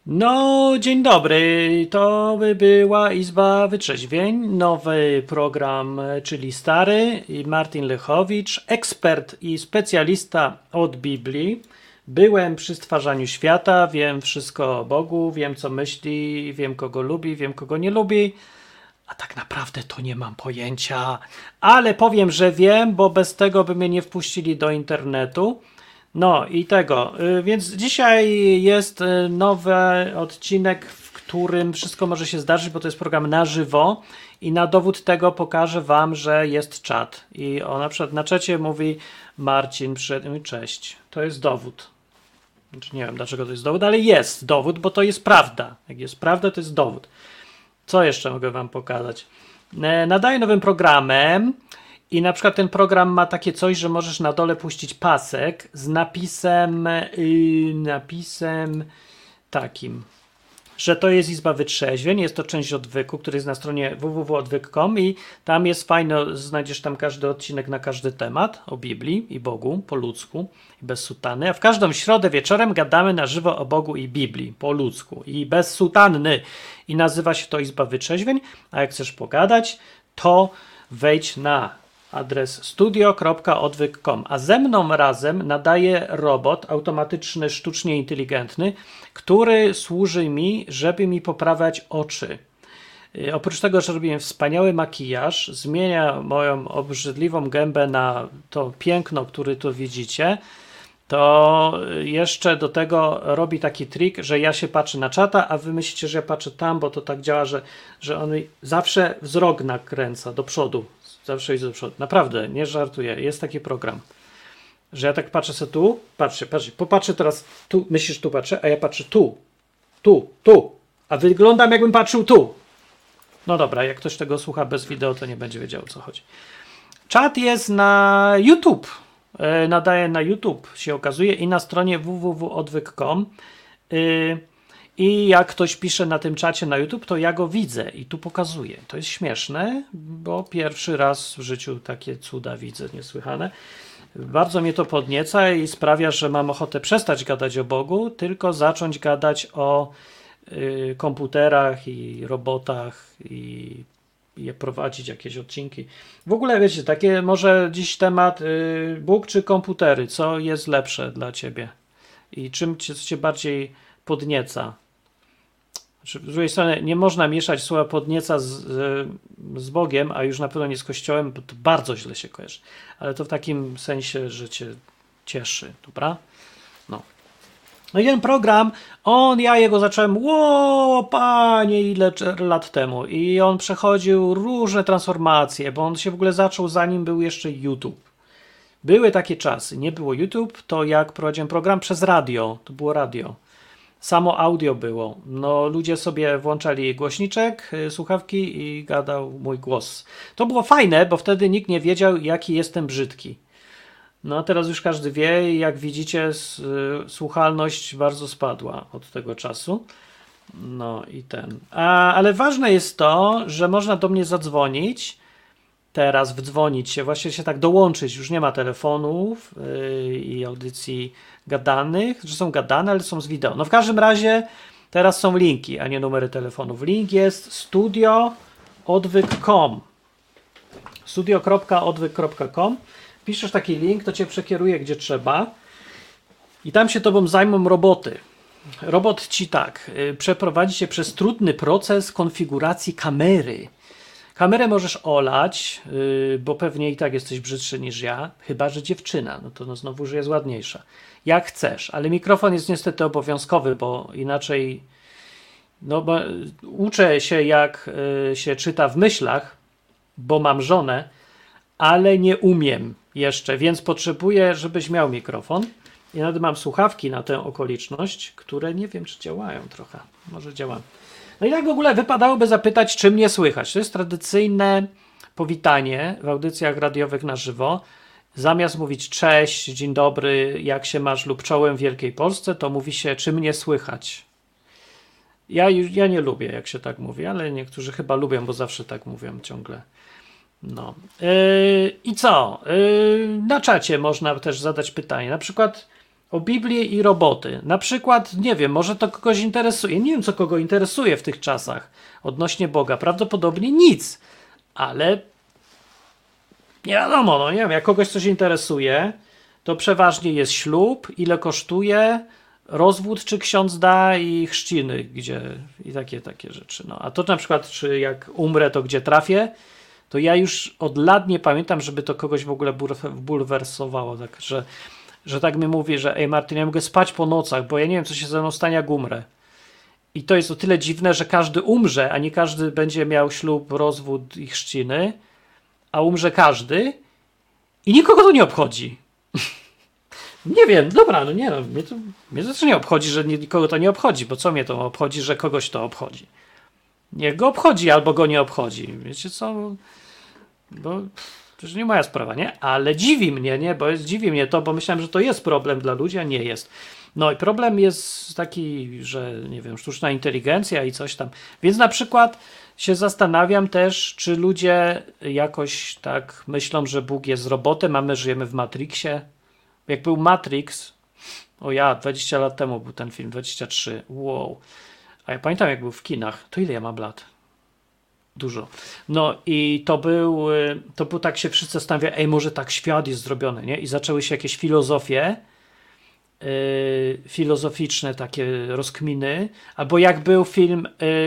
No, dzień dobry. To by była Izba Wytrzeźwień, nowy program, czyli stary. I Martin Lechowicz, ekspert i specjalista od Biblii. Byłem przy stwarzaniu świata, wiem wszystko o Bogu, wiem co myśli, wiem kogo lubi, wiem kogo nie lubi. A tak naprawdę to nie mam pojęcia, ale powiem, że wiem, bo bez tego by mnie nie wpuścili do internetu. No i tego, więc dzisiaj jest nowy odcinek, w którym wszystko może się zdarzyć, bo to jest program na żywo i na dowód tego pokażę wam, że jest czat. I on na przykład na czacie mówi Marcin, cześć, to jest dowód. Znaczy nie wiem dlaczego to jest dowód, ale jest dowód, bo to jest prawda. Jak jest prawda, to jest dowód. Co jeszcze mogę wam pokazać? Nadaję nowym programem i na przykład ten program ma takie coś, że możesz na dole puścić pasek z napisem takim, że to jest Izba Wytrzeźwień, jest to część odwyku, który jest na stronie www.odwyk.com i tam jest fajno, znajdziesz tam każdy odcinek na każdy temat o Biblii i Bogu po ludzku i bez sutany, a w każdą środę wieczorem gadamy na żywo o Bogu i Biblii po ludzku i bez sutanny i nazywa się to Izba Wytrzeźwień, a jak chcesz pogadać, to wejdź na adres studio.odwyk.com, a ze mną razem nadaje robot automatyczny, sztucznie inteligentny, który służy mi, żeby mi poprawiać oczy. Oprócz tego, że robiłem wspaniały makijaż, zmienia moją obrzydliwą gębę na to piękno, które tu widzicie, to jeszcze do tego robi taki trik, że ja się patrzę na czata, a wy myślicie, że ja patrzę tam, bo to tak działa, że on mi zawsze wzrok nakręca do przodu. Zawsze idzie do przodu. Naprawdę, nie żartuję. Jest taki program, że ja tak patrzę sobie tu, patrzę, popatrzę teraz tu, myślisz tu patrzę, a ja patrzę tu, a wyglądam jakbym patrzył tu. No dobra, jak ktoś tego słucha bez wideo, to nie będzie wiedział, o co chodzi. Czat jest na YouTube. Nadaje na YouTube, się okazuje, i na stronie www.odwyk.com. I jak ktoś pisze na tym czacie na YouTube, to ja go widzę i tu pokazuję. To jest śmieszne, bo pierwszy raz w życiu takie cuda widzę, niesłychane. Bardzo mnie to podnieca i sprawia, że mam ochotę przestać gadać o Bogu, tylko zacząć gadać o komputerach i robotach i je prowadzić, jakieś odcinki. W ogóle wiecie, takie może dziś temat Bóg czy komputery, co jest lepsze dla ciebie i czym cię bardziej podnieca. Z drugiej strony nie można mieszać słowa podnieca z Bogiem, a już na pewno nie z Kościołem, bo to bardzo źle się kojarzy. Ale to w takim sensie, że cię cieszy, dobra? No i ten program, ja jego zacząłem, panie, ile lat temu. I on przechodził różne transformacje, bo on się w ogóle zaczął zanim był jeszcze YouTube. Były takie czasy, nie było YouTube, to jak prowadziłem program przez radio, to było radio. Samo audio było. No, ludzie sobie włączali głośniczek, słuchawki i gadał mój głos. To było fajne, bo wtedy nikt nie wiedział, jaki jestem brzydki. No, a teraz już każdy wie i jak widzicie, słuchalność bardzo spadła od tego czasu. No i ale ważne jest to, że można do mnie zadzwonić, teraz wdzwonić się, właśnie się tak dołączyć. Już nie ma telefonów i audycji gadanych, że są gadane, ale są z wideo. No w każdym razie teraz są linki, a nie numery telefonów. Link jest studio.odwyk.com studio.odwyk.com. Piszesz taki link, to cię przekieruje gdzie trzeba i tam się tobą zajmą roboty. Robot ci przeprowadzi cię przez trudny proces konfiguracji kamery. Kamerę możesz olać, bo pewnie i tak jesteś brzydszy niż ja, chyba że dziewczyna, no to znowu, że jest ładniejsza. Jak chcesz, ale mikrofon jest niestety obowiązkowy, bo inaczej bo uczę się jak się czyta w myślach, bo mam żonę, ale nie umiem jeszcze, więc potrzebuję, żebyś miał mikrofon. I nawet mam słuchawki na tę okoliczność, które nie wiem, czy działają trochę. Może działają. No i tak w ogóle wypadałoby zapytać, czy mnie słychać. To jest tradycyjne powitanie w audycjach radiowych na żywo. Zamiast mówić cześć, dzień dobry, jak się masz lub czołem w Wielkiej Polsce, to mówi się, czy mnie słychać. Ja nie lubię, jak się tak mówi, ale niektórzy chyba lubią, bo zawsze tak mówią ciągle. No. I co? Na czacie można też zadać pytanie. Na przykład o Biblię i roboty. Na przykład, nie wiem, może to kogoś interesuje. Nie wiem, co kogo interesuje w tych czasach odnośnie Boga. Prawdopodobnie nic, ale nie wiadomo, no nie wiem, jak kogoś coś interesuje, to przeważnie jest ślub, ile kosztuje, rozwód, czy ksiądz da i chrzciny, gdzie i takie rzeczy. No. A to na przykład, czy jak umrę, to gdzie trafię, to ja już od lat nie pamiętam, żeby to kogoś w ogóle bulwersowało, tak, że tak mi mówi, że ej Martin, ja mogę spać po nocach, bo ja nie wiem, co się ze mną stanie, jak umrę. I to jest o tyle dziwne, że każdy umrze, a nie każdy będzie miał ślub, rozwód i chrzciny, a umrze każdy i nikogo to nie obchodzi. Nie wiem, dobra, no nie no, mnie to też nie obchodzi, że nikogo to nie obchodzi, bo co mnie to obchodzi, że kogoś to obchodzi? Niech go obchodzi albo go nie obchodzi. Wiecie co? Bo to już nie moja sprawa, nie? Ale dziwi mnie, nie? Dziwi mnie to, bo myślałem, że to jest problem dla ludzi, a nie jest. No i problem jest taki, że nie wiem, sztuczna inteligencja i coś tam. Więc na przykład się zastanawiam też, czy ludzie jakoś tak myślą, że Bóg jest robotem, a my żyjemy w Matrixie. Jak był Matrix, 20 lat temu był ten film, 23, wow. A ja pamiętam, jak był w kinach. To ile ja mam lat? Dużo. No i to był tak, się wszyscy zastanawiają, ej, może tak świat jest zrobiony, nie? I zaczęły się jakieś filozoficzne takie rozkminy, albo jak był film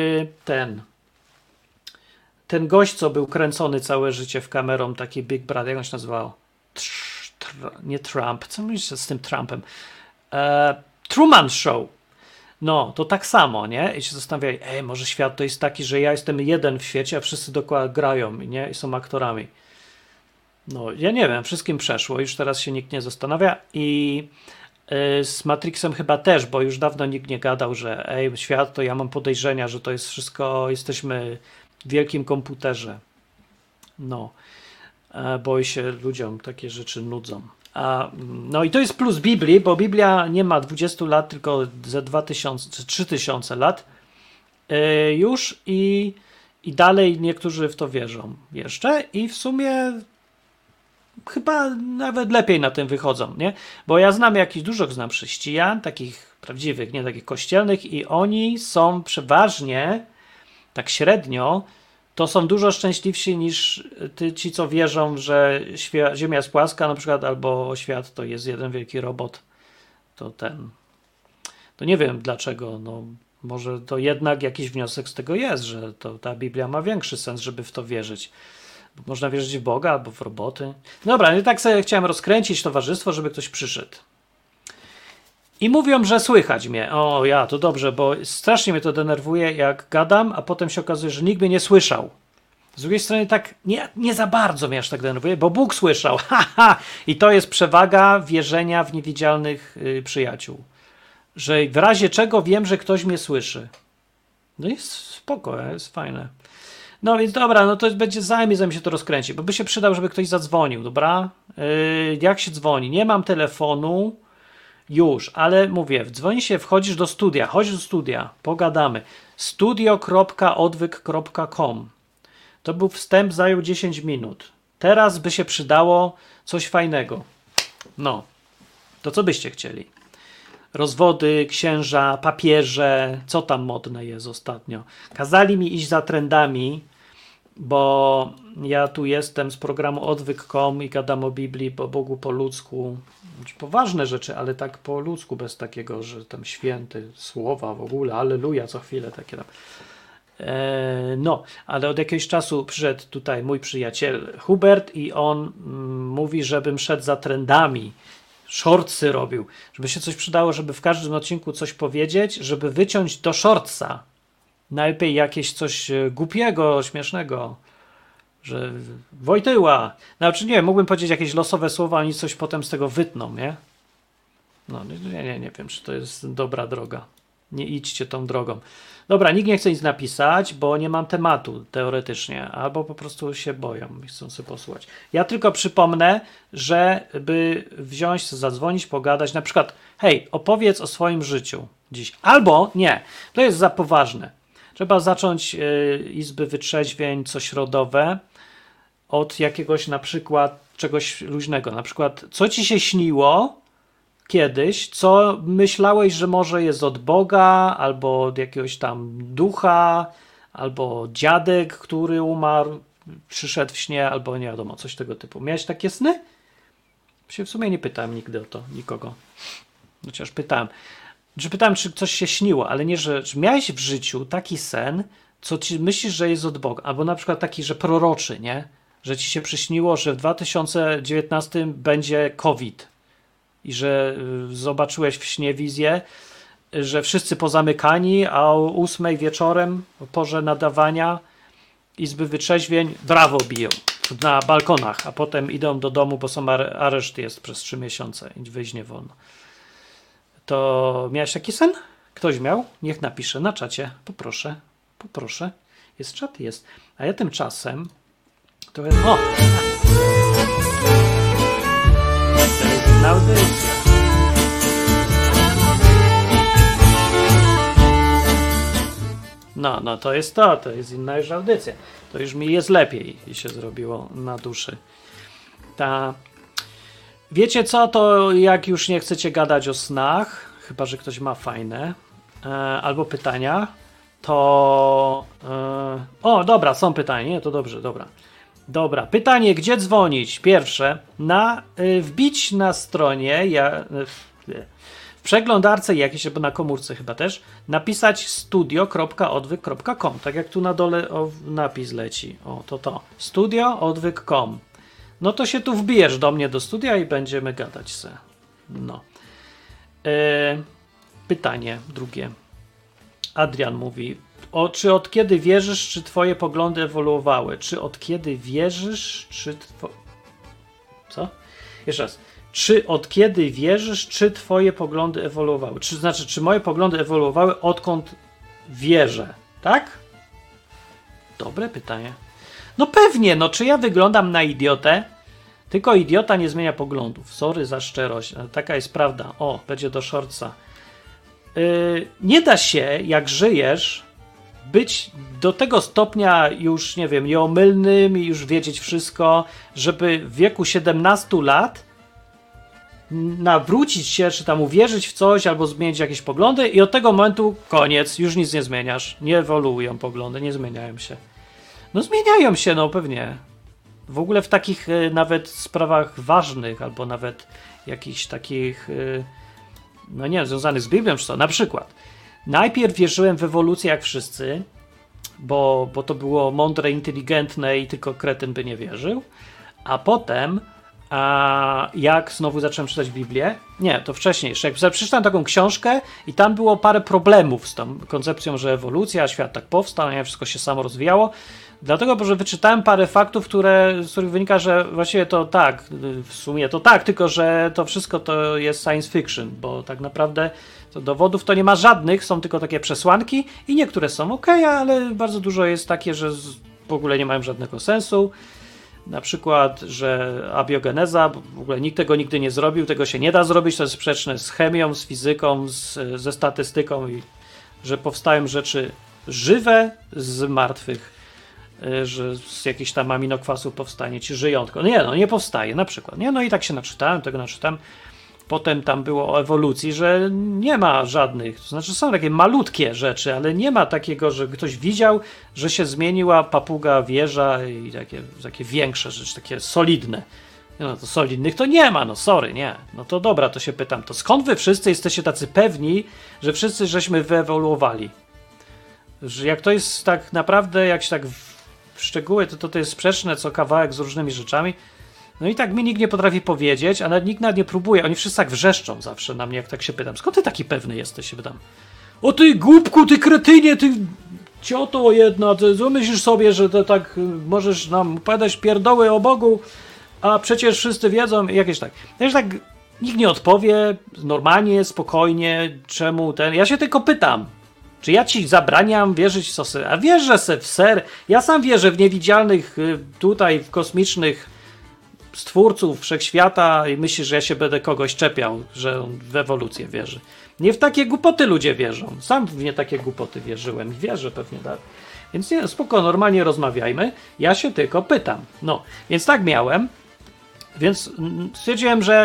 ten gość, co był kręcony całe życie w kamerą, taki Big Brother, jak on się nazywał? Nie Trump, co myślisz z tym Trumpem? Truman Show. No, to tak samo, nie? I się zastanawiali, ej, może świat to jest taki, że ja jestem jeden w świecie, a wszyscy dokładnie grają, nie? I są aktorami. No, ja nie wiem, wszystkim przeszło, już teraz się nikt nie zastanawia i z Matrixem chyba też, bo już dawno nikt nie gadał, że ej, świat, to ja mam podejrzenia, że to jest wszystko, jesteśmy w wielkim komputerze. No, bo się ludziom takie rzeczy nudzą. No i to jest plus Biblii, bo Biblia nie ma 20 lat, tylko ze 2000 czy 3000 lat już i dalej niektórzy w to wierzą jeszcze i w sumie chyba nawet lepiej na tym wychodzą, nie? Bo ja znam dużo chrześcijan, takich prawdziwych, nie takich kościelnych i oni są przeważnie, tak średnio, to są dużo szczęśliwsi niż ci, co wierzą, że Ziemia jest płaska na przykład, albo świat to jest jeden wielki robot. To nie wiem dlaczego, no może to jednak jakiś wniosek z tego jest, że ta Biblia ma większy sens, żeby w to wierzyć. Można wierzyć w Boga albo w roboty. Dobra, no tak sobie chciałem rozkręcić towarzystwo, żeby ktoś przyszedł. I mówią, że słychać mnie. To dobrze, bo strasznie mnie to denerwuje, jak gadam, a potem się okazuje, że nikt mnie nie słyszał. Z drugiej strony tak nie za bardzo mnie aż tak denerwuje, bo Bóg słyszał. I to jest przewaga wierzenia w niewidzialnych przyjaciół. Że w razie czego wiem, że ktoś mnie słyszy. No jest spoko, jest fajne. No więc dobra, no to będzie zanim się to rozkręci, bo by się przydał, żeby ktoś zadzwonił, dobra? Jak się dzwoni? Nie mam telefonu już, ale mówię, wchodzisz do studia, chodź do studia, pogadamy. studio.odwyk.com. To był wstęp, zajął 10 minut. Teraz by się przydało coś fajnego. No, to co byście chcieli? Rozwody, księża, papieże, co tam modne jest ostatnio. Kazali mi iść za trendami, bo ja tu jestem z programu odwyk.com i gadam o Biblii, po Bogu po ludzku. Poważne rzeczy, ale tak po ludzku, bez takiego, że tam święty, słowa w ogóle, alleluja, co chwilę takie tam. No, ale od jakiegoś czasu przyszedł tutaj mój przyjaciel Hubert i on mówi, żebym szedł za trendami. Shortsy robił, żeby się coś przydało, żeby w każdym odcinku coś powiedzieć, żeby wyciąć do shortsa. Najlepiej jakieś coś głupiego, śmiesznego, że Wojtyła. Znaczy nie, mógłbym powiedzieć jakieś losowe słowa, oni coś potem z tego wytną, nie? No, nie wiem, czy to jest dobra droga. Nie idźcie tą drogą. Dobra, nikt nie chce nic napisać, bo nie mam tematu teoretycznie, albo po prostu się boją i chcą sobie posłuchać. Ja tylko przypomnę, żeby wziąć, zadzwonić, pogadać, na przykład, hej, opowiedz o swoim życiu dziś. Albo nie, to jest za poważne. Trzeba zacząć izby wytrzeźwień cośrodowe od jakiegoś na przykład czegoś luźnego. Na przykład, co ci się śniło, kiedyś, co myślałeś, że może jest od Boga, albo od jakiegoś tam ducha, albo dziadek, który umarł, przyszedł w śnie, albo nie wiadomo, coś tego typu. Miałeś takie sny? Się w sumie nie pytałem nigdy o to nikogo. Chociaż pytałem. Pytałem, czy coś się śniło, ale nie, że miałeś w życiu taki sen, co ci myślisz, że jest od Boga. Albo na przykład taki, że proroczy, nie? Że ci się przyśniło, że w 2019 będzie COVID i że zobaczyłeś w śnie wizję, że wszyscy pozamykani, a o 8 wieczorem, o porze nadawania Izby Wytrzeźwień, brawo biją na balkonach, a potem idą do domu, bo są areszt jest przez 3 miesiące i wyjść nie wolno. To miałeś taki sen? Ktoś miał? Niech napisze na czacie. Poproszę. Jest czat? Jest. A ja tymczasem to jest... O! To jest inna audycja. No, to jest inna już audycja. To już mi jest lepiej i się zrobiło na duszy. Wiecie co, to jak już nie chcecie gadać o snach, chyba że ktoś ma fajne, albo pytania, to... dobra, są pytania, nie? To dobrze, dobra. Dobra, pytanie, gdzie dzwonić? Pierwsze, wbić na stronie, w przeglądarce jakiejś, albo na komórce chyba też, napisać studio.odwyk.com, tak jak tu na dole napis leci. To. Studio.odwyk.com. No to się tu wbijesz do mnie do studia i będziemy gadać se. No. Pytanie drugie. Adrian mówi, czy od kiedy wierzysz, czy twoje poglądy ewoluowały? Czy od kiedy wierzysz, czy Co? Jeszcze raz. Czy od kiedy wierzysz, czy twoje poglądy ewoluowały? Czy moje poglądy ewoluowały, odkąd wierzę? Tak? Dobre pytanie. No pewnie, czy ja wyglądam na idiotę? Tylko idiota nie zmienia poglądów. Sorry za szczerość, ale taka jest prawda. Będzie do shortsa. Nie da się, jak żyjesz, być do tego stopnia już, nie wiem, nieomylnym i już wiedzieć wszystko, żeby w wieku 17 lat nawrócić się, czy tam uwierzyć w coś, albo zmienić jakieś poglądy i od tego momentu koniec, już nic nie zmieniasz. Nie ewoluują poglądy, nie zmieniają się. No zmieniają się, pewnie. W ogóle w takich nawet sprawach ważnych, albo nawet jakichś takich, nie wiem, związanych z Biblią, czy co. Na przykład, najpierw wierzyłem w ewolucję jak wszyscy, bo to było mądre, inteligentne i tylko kretyn by nie wierzył, a potem jak znowu zacząłem czytać Biblię, nie, to wcześniej jeszcze, jak przeczytałem taką książkę i tam było parę problemów z tą koncepcją, że ewolucja, świat tak powstał, nie, wszystko się samo rozwijało, dlatego, że wyczytałem parę faktów, z których wynika, że właściwie to tak, w sumie to tak, tylko że to wszystko to jest science fiction, bo tak naprawdę to dowodów to nie ma żadnych, są tylko takie przesłanki i niektóre są ale bardzo dużo jest takie, że w ogóle nie mają żadnego sensu. Na przykład, że abiogeneza, w ogóle nikt tego nigdy nie zrobił, tego się nie da zrobić, to jest sprzeczne z chemią, z fizyką, ze statystyką i że powstają rzeczy żywe z martwych, że z jakichś tam aminokwasów powstanie ci żyjątko. Nie powstaje na przykład. I tak się naczytałem. Potem tam było o ewolucji, że nie ma żadnych, to znaczy są takie malutkie rzeczy, ale nie ma takiego, że ktoś widział, że się zmieniła papuga, wieża i takie większe rzeczy, takie solidne. To solidnych to nie ma, sorry, nie. To dobra, to się pytam, to skąd wy wszyscy jesteście tacy pewni, że wszyscy żeśmy wyewoluowali? Że jak to jest tak naprawdę, jak się tak w szczegóły, to jest sprzeczne co kawałek z różnymi rzeczami. I tak mi nikt nie potrafi powiedzieć, a nikt nawet nie próbuje. Oni wszyscy tak wrzeszczą zawsze na mnie, jak tak się pytam. Skąd ty taki pewny jesteś, się pytam. O ty głupku, ty kretynie, ty cioto jedna, ty myślisz sobie, że to tak możesz nam opowiadać pierdoły o Bogu, a przecież wszyscy wiedzą, jakieś tak. Tak nikt nie odpowie normalnie, spokojnie, czemu ten... Ja się tylko pytam. Czy ja ci zabraniam wierzyć w sosy? A wierzę se w ser. Ja sam wierzę w niewidzialnych tutaj, w kosmicznych stwórców wszechświata i myślisz, że ja się będę kogoś czepiał, że on w ewolucję wierzy. Nie w takie głupoty ludzie wierzą. Sam w nie takie głupoty wierzyłem i wierzę pewnie dalej. Więc nie, spoko, normalnie rozmawiajmy. Ja się tylko pytam. Więc tak miałem. Więc stwierdziłem, że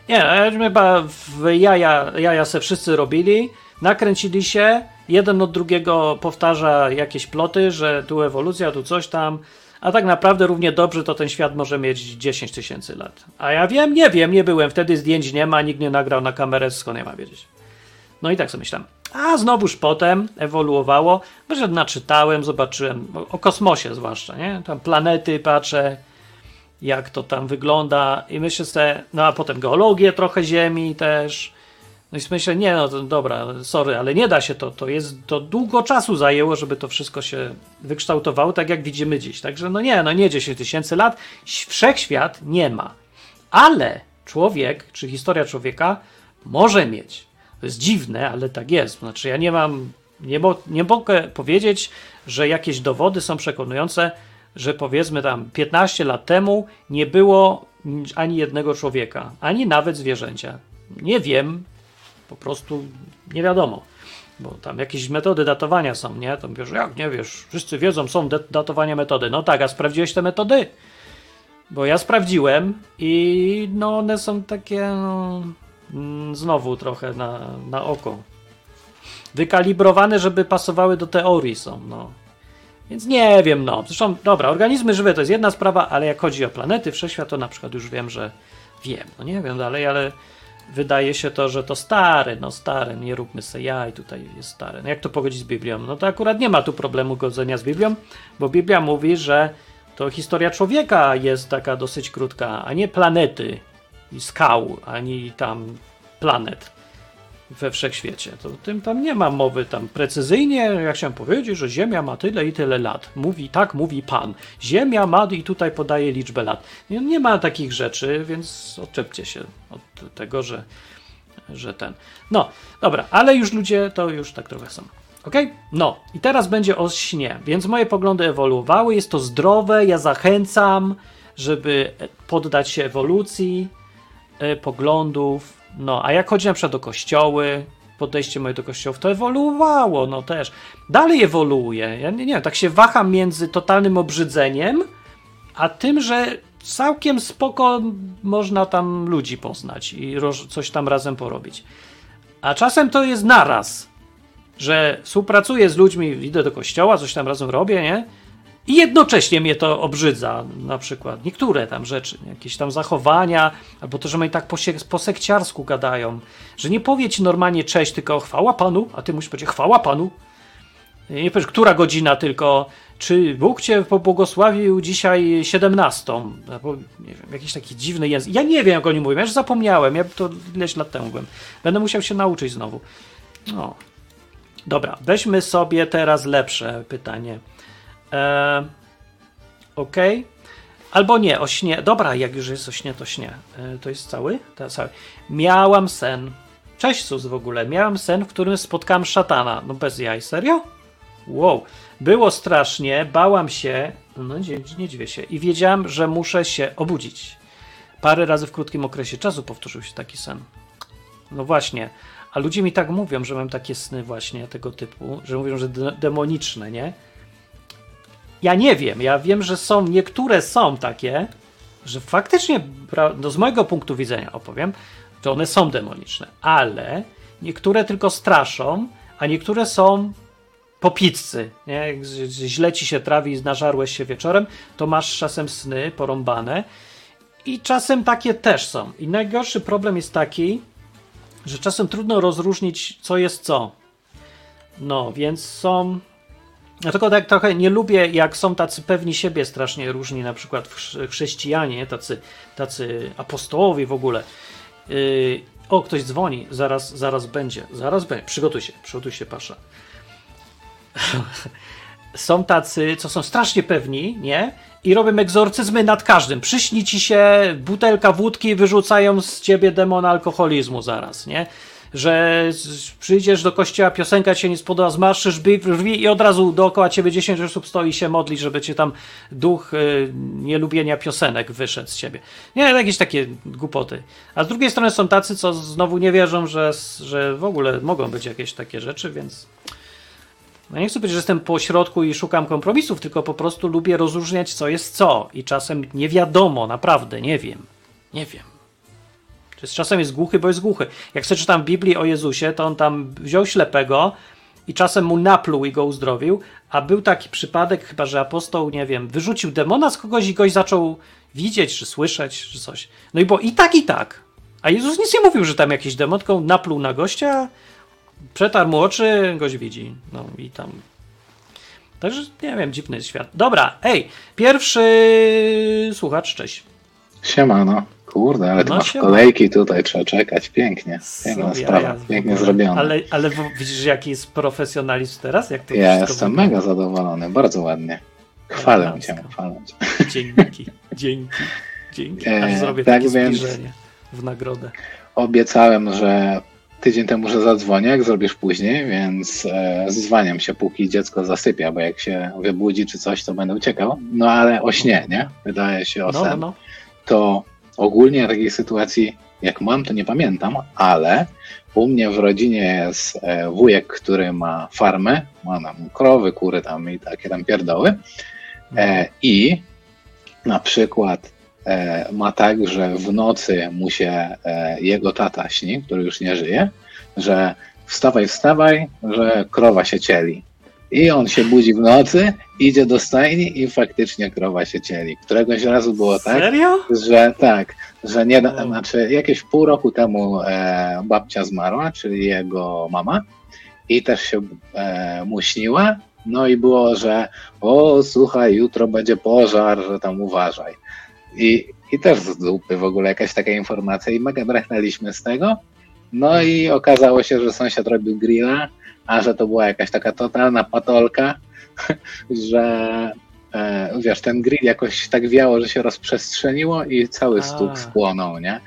Nie, chyba jaja se wszyscy robili, nakręcili się, jeden od drugiego powtarza jakieś ploty, że tu ewolucja, tu coś tam, a tak naprawdę równie dobrze to ten świat może mieć 10 000 lat. A ja wiem, nie byłem, wtedy zdjęć nie ma, nikt nie nagrał na kamerę, skąd ja mam wiedzieć. No i tak sobie myślałem. A znowuż potem ewoluowało, może naczytałem, zobaczyłem, o kosmosie zwłaszcza, nie? Tam planety patrzę, jak to tam wygląda i myślę sobie, no a potem geologię trochę Ziemi też. No i myślę, nie no to dobra, sorry, ale nie da się to długo czasu zajęło, żeby to wszystko się wykształtowało tak jak widzimy dziś. Także nie 10 000 lat, wszechświat nie ma. Ale człowiek, czy historia człowieka może mieć. To jest dziwne, ale tak jest. Znaczy ja nie mogę powiedzieć, że jakieś dowody są przekonujące, że powiedzmy tam 15 lat temu nie było ani jednego człowieka, ani nawet zwierzęcia. Nie wiem, po prostu nie wiadomo, bo tam jakieś metody datowania są, nie? To mówisz, jak nie wiesz, wszyscy wiedzą, są datowania metody. No tak, a sprawdziłeś te metody? Bo ja sprawdziłem i no one są takie znowu trochę na oko. Wykalibrowane, żeby pasowały do teorii są, no. Więc nie wiem, no. Zresztą, dobra, organizmy żywe to jest jedna sprawa, ale jak chodzi o planety, wszechświat, to na przykład już wiem, że wiem. No nie wiem dalej, ale wydaje się to, że to stare, nie róbmy se jaj, tutaj jest stare. No jak to pogodzić z Biblią? No to akurat nie ma tu problemu godzenia z Biblią, bo Biblia mówi, że to historia człowieka jest taka dosyć krótka, a nie planety i skał, ani tam planet we wszechświecie. To tym tam nie ma mowy tam precyzyjnie. Ja chciałem powiedzieć, że Ziemia ma tyle i tyle lat. Mówi Pan. Ziemia ma i tutaj podaje liczbę lat. Nie ma takich rzeczy, więc odczepcie się od tego, że ten. No, dobra, ale już ludzie to już tak trochę są. Okej? No i teraz będzie o śnie, więc moje poglądy ewoluowały, jest to zdrowe, ja zachęcam, żeby poddać się ewolucji poglądów. No, a jak chodzi na przykład o kościoły, podejście moje do kościołów, to ewoluowało, no też. Dalej ewoluuje. Ja nie wiem, tak się waham między totalnym obrzydzeniem, a tym, że całkiem spoko można tam ludzi poznać i coś tam razem porobić. A czasem to jest naraz, że współpracuję z ludźmi, idę do kościoła, coś tam razem robię, nie? I jednocześnie mnie to obrzydza, na przykład niektóre tam rzeczy, jakieś tam zachowania, albo to, że oni tak po sekciarsku gadają, że nie powie ci normalnie cześć, tylko chwała Panu, a ty musisz powiedzieć chwała Panu. Nie powiesz, która godzina, tylko czy Bóg cię pobłogosławił dzisiaj 17, albo nie wiem, jakiś taki dziwny język. Ja nie wiem, jak oni mówią, ja już zapomniałem, ja to ileś lat temu byłem. Będę musiał się nauczyć znowu. No. Dobra, weźmy sobie teraz lepsze pytanie. Okej. Albo nie, o śnie. Dobra, jak już jest o śnie, to śnie. To jest cały? To cały. Miałam sen. Cześć sus w ogóle. Miałam sen, w którym spotkałam szatana. No bez jaj, serio? Wow. Było strasznie, bałam się, no nie dziwię się, i wiedziałam, że muszę się obudzić. Parę razy w krótkim okresie czasu powtórzył się taki sen. No właśnie. A ludzie mi tak mówią, że mam takie sny właśnie tego typu, że mówią, że demoniczne, nie? Ja nie wiem, ja wiem, że niektóre są takie, że faktycznie, no z mojego punktu widzenia opowiem, że one są demoniczne, ale niektóre tylko straszą, a niektóre są po pizzy, nie? Jak źle ci się trawi, nażarłeś się wieczorem, to masz czasem sny porąbane i czasem takie też są. I najgorszy problem jest taki, że czasem trudno rozróżnić, co jest co. No, więc są... Ja tylko tak trochę nie lubię, jak są tacy pewni siebie strasznie różni, na przykład chrześcijanie, tacy apostołowie w ogóle. O, ktoś dzwoni, zaraz będzie. Przygotuj się, Pasza. Są tacy, co są strasznie pewni, nie? I robią egzorcyzmy nad każdym. Przyśni ci się butelka wódki, wyrzucają z ciebie demon alkoholizmu zaraz, nie? Że przyjdziesz do kościoła, piosenka ci się nie spodoba, zmarszysz brwi i od razu dookoła ciebie 10 osób stoi i się modli, żeby cię tam duch nielubienia piosenek wyszedł z ciebie. Nie, jakieś takie głupoty. A z drugiej strony są tacy, co znowu nie wierzą, że w ogóle mogą być jakieś takie rzeczy, więc... No nie chcę powiedzieć, że jestem po środku i szukam kompromisów, tylko po prostu lubię rozróżniać, co jest co. I czasem nie wiadomo, naprawdę, nie wiem. Czasem jest głuchy, bo jest głuchy. Jak sobie czytam w Biblii o Jezusie, to on tam wziął ślepego i czasem mu napluł i go uzdrowił, a był taki przypadek chyba, że apostoł, nie wiem, wyrzucił demona z kogoś i goś zaczął widzieć, czy słyszeć, czy coś. No i było i tak, i tak. A Jezus nic nie mówił, że tam jakiś demon, tylko napluł na gościa, przetarł mu oczy, gość widzi. No i tam... Także, nie wiem, dziwny jest świat. Dobra, pierwszy słuchacz, cześć. Siemano. Kurde, ale ty masz kolejki tutaj, trzeba czekać. Pięknie. Piękna sprawa. Pięknie zrobione. Ale widzisz, jaki jest profesjonalizm teraz? Jak to ja jestem mega zadowolony. Bardzo ładnie. Chwalę cię. Dzięki. Aż zrobię takie zbliżenie w nagrodę. Obiecałem, że tydzień temu, że zadzwonię, jak zrobisz później, więc zdzwaniam się, póki dziecko zasypia, bo jak się wybudzi czy coś, to będę uciekał. No ale o śnie, nie? Wydaje się o sen. To ogólnie takiej sytuacji, jak mam, to nie pamiętam, ale u mnie w rodzinie jest wujek, który ma farmę, ma tam krowy, kury tam i takie tam pierdoły i na przykład ma tak, że w nocy mu się jego tata śni, który już nie żyje, że wstawaj, że krowa się cieli. I on się budzi w nocy, idzie do stajni i faktycznie krowa się cieli. Któregoś razu było tak, serio? że nie, znaczy jakieś pół roku temu babcia zmarła, czyli jego mama i też się mu śniła, no i było, że słuchaj, jutro będzie pożar, że tam uważaj. I też z dupy w ogóle jakaś taka informacja i mega brechnęliśmy z tego, no i okazało się, że sąsiad robił grilla, a że to była jakaś taka totalna patolka, że wiesz, ten grill jakoś tak wiało, że się rozprzestrzeniło i cały stół spłonął, nie?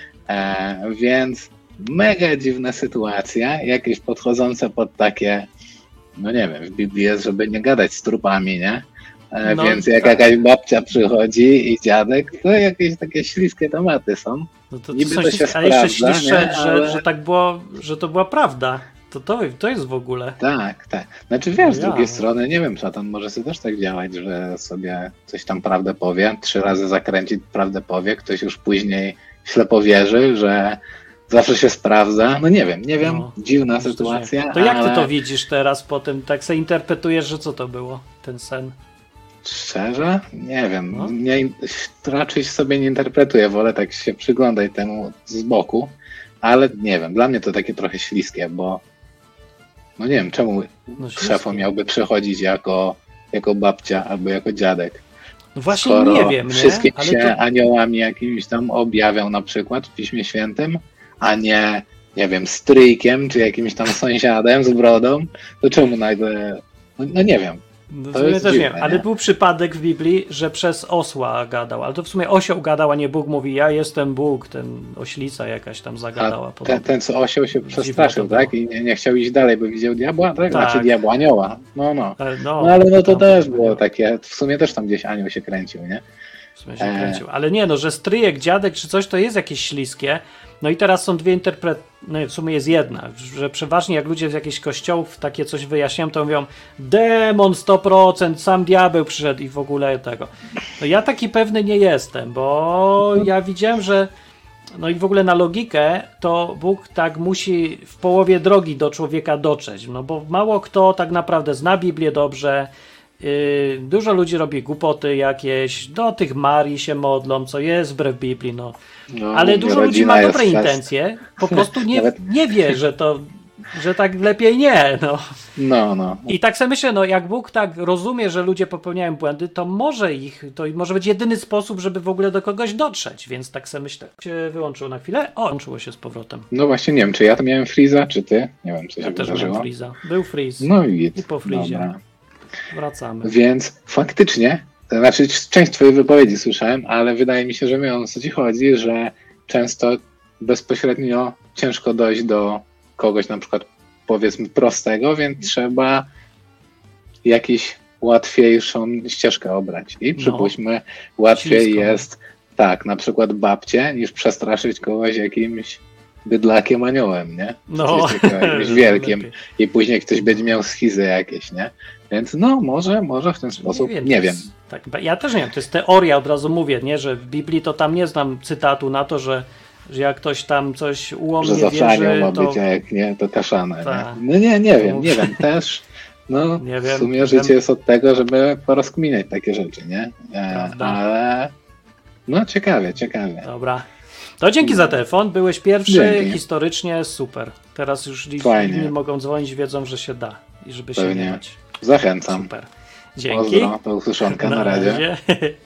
Więc mega dziwna sytuacja, jakieś podchodzące pod takie, no nie wiem, w Biblii jest, żeby nie gadać z trupami, nie? Więc jak jakaś babcia przychodzi i dziadek, to jakieś takie śliskie tematy są. No to niby to się sprawdza, jeszcze śliczsze, że tak było, że to była prawda. To jest w ogóle. Tak. Znaczy wiesz, z drugiej strony, nie wiem, szatan może sobie też tak działać, że sobie coś tam prawdę powie, 3 razy zakręci, prawdę powie, ktoś już później ślepo wierzy, że zawsze się sprawdza. No nie wiem, dziwna sytuacja. To jak ty to widzisz teraz po tym? Tak sobie interpretujesz, że co to było, ten sen? Szczerze? Nie wiem. Raczej sobie nie interpretuję, wolę tak się przyglądać temu z boku, ale nie wiem, dla mnie to takie trochę śliskie, bo no nie wiem, czemu szefo miałby przychodzić jako babcia albo jako dziadek. No właśnie nie wiem, wszystkim ale się aniołami jakimiś tam objawiał na przykład w Piśmie Świętym, a nie wiem, stryjkiem czy jakimś tam sąsiadem z brodą, to czemu nagle, no nie wiem. To jest też dziwne, ale był przypadek w Biblii, że przez osła gadał, ale to w sumie osioł gadał, a nie Bóg mówi, ja jestem Bóg, ten oślica jakaś tam zagadała. Ten co osioł się przestraszył, tak? I nie chciał iść dalej, bo widział diabła, tak? Znaczy diabła, anioła. No ale to też było takie, w sumie też tam gdzieś anioł się kręcił, nie? W sumie się kręcił, ale nie, że stryjek, dziadek czy coś, to jest jakieś śliskie. No i teraz są dwie interpretacje, no w sumie jest jedna, że przeważnie jak ludzie z jakichś kościołów takie coś wyjaśniają, to mówią demon 100%, sam diabeł przyszedł i w ogóle tego. No ja taki pewny nie jestem, bo ja widziałem, że no i w ogóle na logikę to Bóg tak musi w połowie drogi do człowieka dotrzeć, no bo mało kto tak naprawdę zna Biblię dobrze, dużo ludzi robi głupoty jakieś, do tych Marii się modlą, co jest wbrew Biblii, ale dużo ludzi ma dobre intencje, po prostu nie wie, że tak lepiej nie, No. I tak sobie myślę, jak Bóg tak rozumie, że ludzie popełniają błędy, to może być jedyny sposób, żeby w ogóle do kogoś dotrzeć, więc tak sobie myślę. Się wyłączyło na chwilę, łączyło się z powrotem. No właśnie, nie wiem, czy ja to miałem freeza, czy ty? Nie wiem, co się wydarzyło. Ja też miałem freeza. Był freeze. No i po freezie. Wracamy. Więc faktycznie, to znaczy część twojej wypowiedzi słyszałem, ale wydaje mi się, że wiem, o co ci chodzi, że często bezpośrednio ciężko dojść do kogoś na przykład powiedzmy prostego, więc trzeba jakąś łatwiejszą ścieżkę obrać. I przypuśćmy, łatwiej jest na przykład babcie, niż przestraszyć kogoś jakimś bydlakiem aniołem, nie? Jakimś wielkim. I później ktoś będzie miał schizy jakieś, nie? Więc może w ten sposób, nie wiem. Tak, ja też nie wiem, to jest teoria, od razu mówię, nie? Że w Biblii to tam nie znam cytatu na to, że że jak ktoś tam coś Że ułomnie zawsze anioł wierzy, ma to... być, a jak nie, to kaszana. Tak. Nie? No nie wiem też. No, Nie w wiem, sumie nie życie wiem. jest od tego, żeby porozkminiać takie rzeczy, nie? Prawda. Ale no ciekawie. Dobra. To dzięki za telefon, byłeś pierwszy, Dzięki. historycznie super. Teraz już Fajnie. inni mogą dzwonić, wiedzą, że się da i żeby się Pewnie. nie bać. Zachęcam. Super. Dzięki. Pozdro, do usłyszonka, na razie.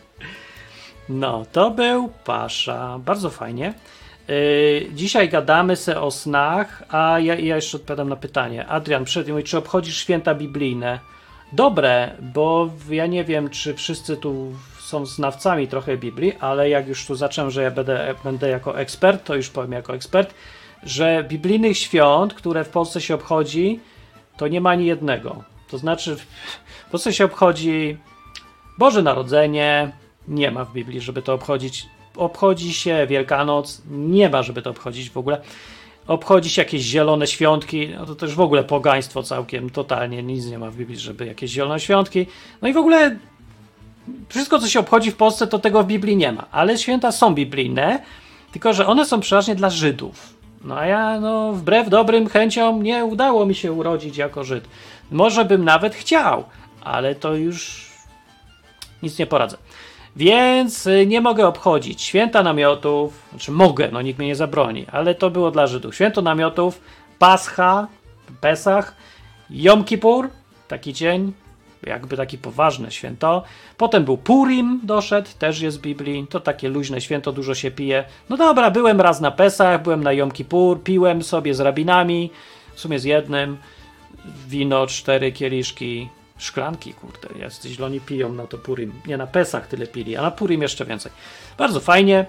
No, to był Pasza. Bardzo fajnie. Dzisiaj gadamy se o snach, a ja jeszcze odpowiadam na pytanie. Adrian mówi, czy obchodzisz święta biblijne? Dobre, bo ja nie wiem, czy wszyscy tu są znawcami trochę Biblii, ale jak już tu zacząłem, że ja będę jako ekspert, to już powiem jako ekspert, że biblijnych świąt, które w Polsce się obchodzi, to nie ma ani jednego. To znaczy w Polsce się obchodzi Boże Narodzenie, nie ma w Biblii, żeby to obchodzić. Obchodzi się Wielkanoc, nie ma, żeby to obchodzić w ogóle. Obchodzi się jakieś zielone świątki, no to też w ogóle pogaństwo całkiem, totalnie nic nie ma w Biblii, żeby jakieś zielone świątki. No i w ogóle wszystko, co się obchodzi w Polsce, to tego w Biblii nie ma. Ale święta są biblijne, tylko że one są przeważnie dla Żydów. No a ja, wbrew dobrym chęciom nie udało mi się urodzić jako Żyd. Może bym nawet chciał, ale to już nic nie poradzę. Więc nie mogę obchodzić święta namiotów, znaczy mogę, nikt mnie nie zabroni, ale to było dla Żydów. Święto namiotów, Pascha, Pesach, Jom Kippur, taki dzień, jakby takie poważne święto. Potem był Purim, doszedł, też jest w Biblii, to takie luźne święto, dużo się pije. No dobra, byłem raz na Pesach, byłem na Jom Kippur, piłem sobie z rabinami, w sumie z jednym, wino, 4 kieliszki, szklanki, kurde, jacyś zieloni piją na to Purim. Nie na Pesach tyle pili, a na Purim jeszcze więcej. Bardzo fajnie.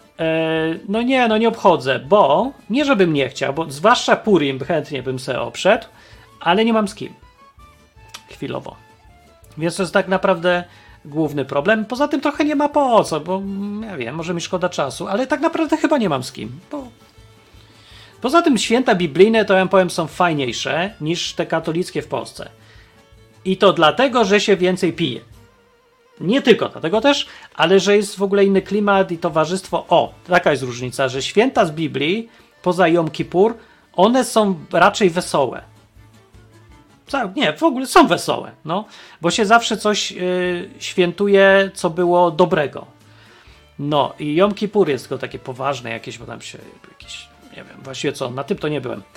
Nie obchodzę, bo nie żebym nie chciał, bo zwłaszcza Purim chętnie bym se obszedł, ale nie mam z kim. Chwilowo. Więc to jest tak naprawdę główny problem. Poza tym trochę nie ma po co, bo ja wiem, może mi szkoda czasu, ale tak naprawdę chyba nie mam z kim. Poza tym święta biblijne, to ja powiem, są fajniejsze niż te katolickie w Polsce. I to dlatego, że się więcej pije. Nie tylko dlatego też, ale że jest w ogóle inny klimat i towarzystwo. O, taka jest różnica, że święta z Biblii, poza Jom Kippur, one są raczej wesołe. Nie, w ogóle są wesołe, bo się zawsze coś świętuje, co było dobrego. No i Jom Kippur jest tylko takie poważne jakieś, bo tam się jakieś, nie wiem, właściwie co, na tym to nie byłem.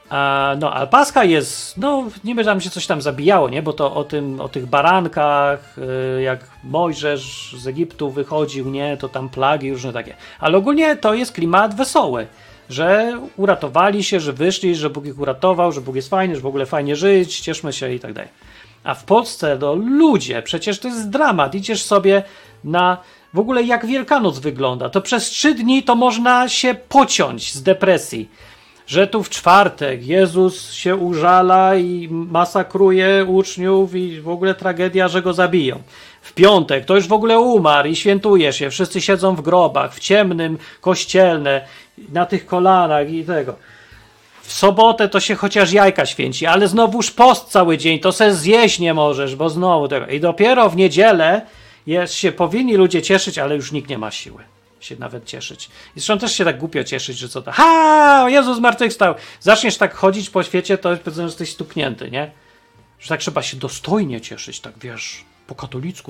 A Pascha jest, niby tam się coś tam zabijało, nie? Bo to o tych barankach, jak Mojżesz z Egiptu wychodził, nie? To tam plagi różne takie. Ale ogólnie to jest klimat wesoły, że uratowali się, że wyszli, że Bóg ich uratował, że Bóg jest fajny, że w ogóle fajnie żyć, cieszmy się i tak dalej. A w Polsce, ludzie, przecież to jest dramat. Idziesz sobie w ogóle jak Wielkanoc wygląda, to przez 3 dni to można się pociąć z depresji. Że tu w czwartek Jezus się użala i masakruje uczniów i w ogóle tragedia, że go zabiją. W piątek to już w ogóle umarł i świętuje się. Wszyscy siedzą w grobach, w ciemnym kościelne, na tych kolanach i tego. W sobotę to się chociaż jajka święci, ale znowuż post cały dzień, to se zjeść nie możesz, bo znowu tego. I dopiero w niedzielę się powinni ludzie cieszyć, ale już nikt nie ma siły się nawet cieszyć. I zresztą też się tak głupio cieszyć, że co to? Jezus zmartwychwstał! Zaczniesz tak chodzić po świecie, to powiedzmy, że jesteś stuknięty, nie? Że tak trzeba się dostojnie cieszyć, tak wiesz, po katolicku,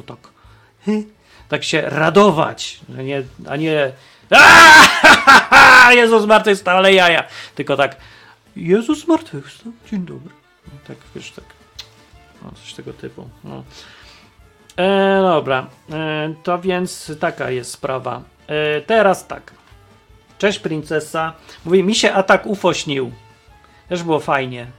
tak się radować, a nie Jezus zmartwychwstał, ale jaja. Tylko tak Jezus zmartwychwstał, dzień dobry. Tak, wiesz, tak. Coś tego typu. Dobra. To więc taka jest sprawa. Teraz tak. Cześć princesa. Mówi, mi się atak UFO śnił. Też było fajnie.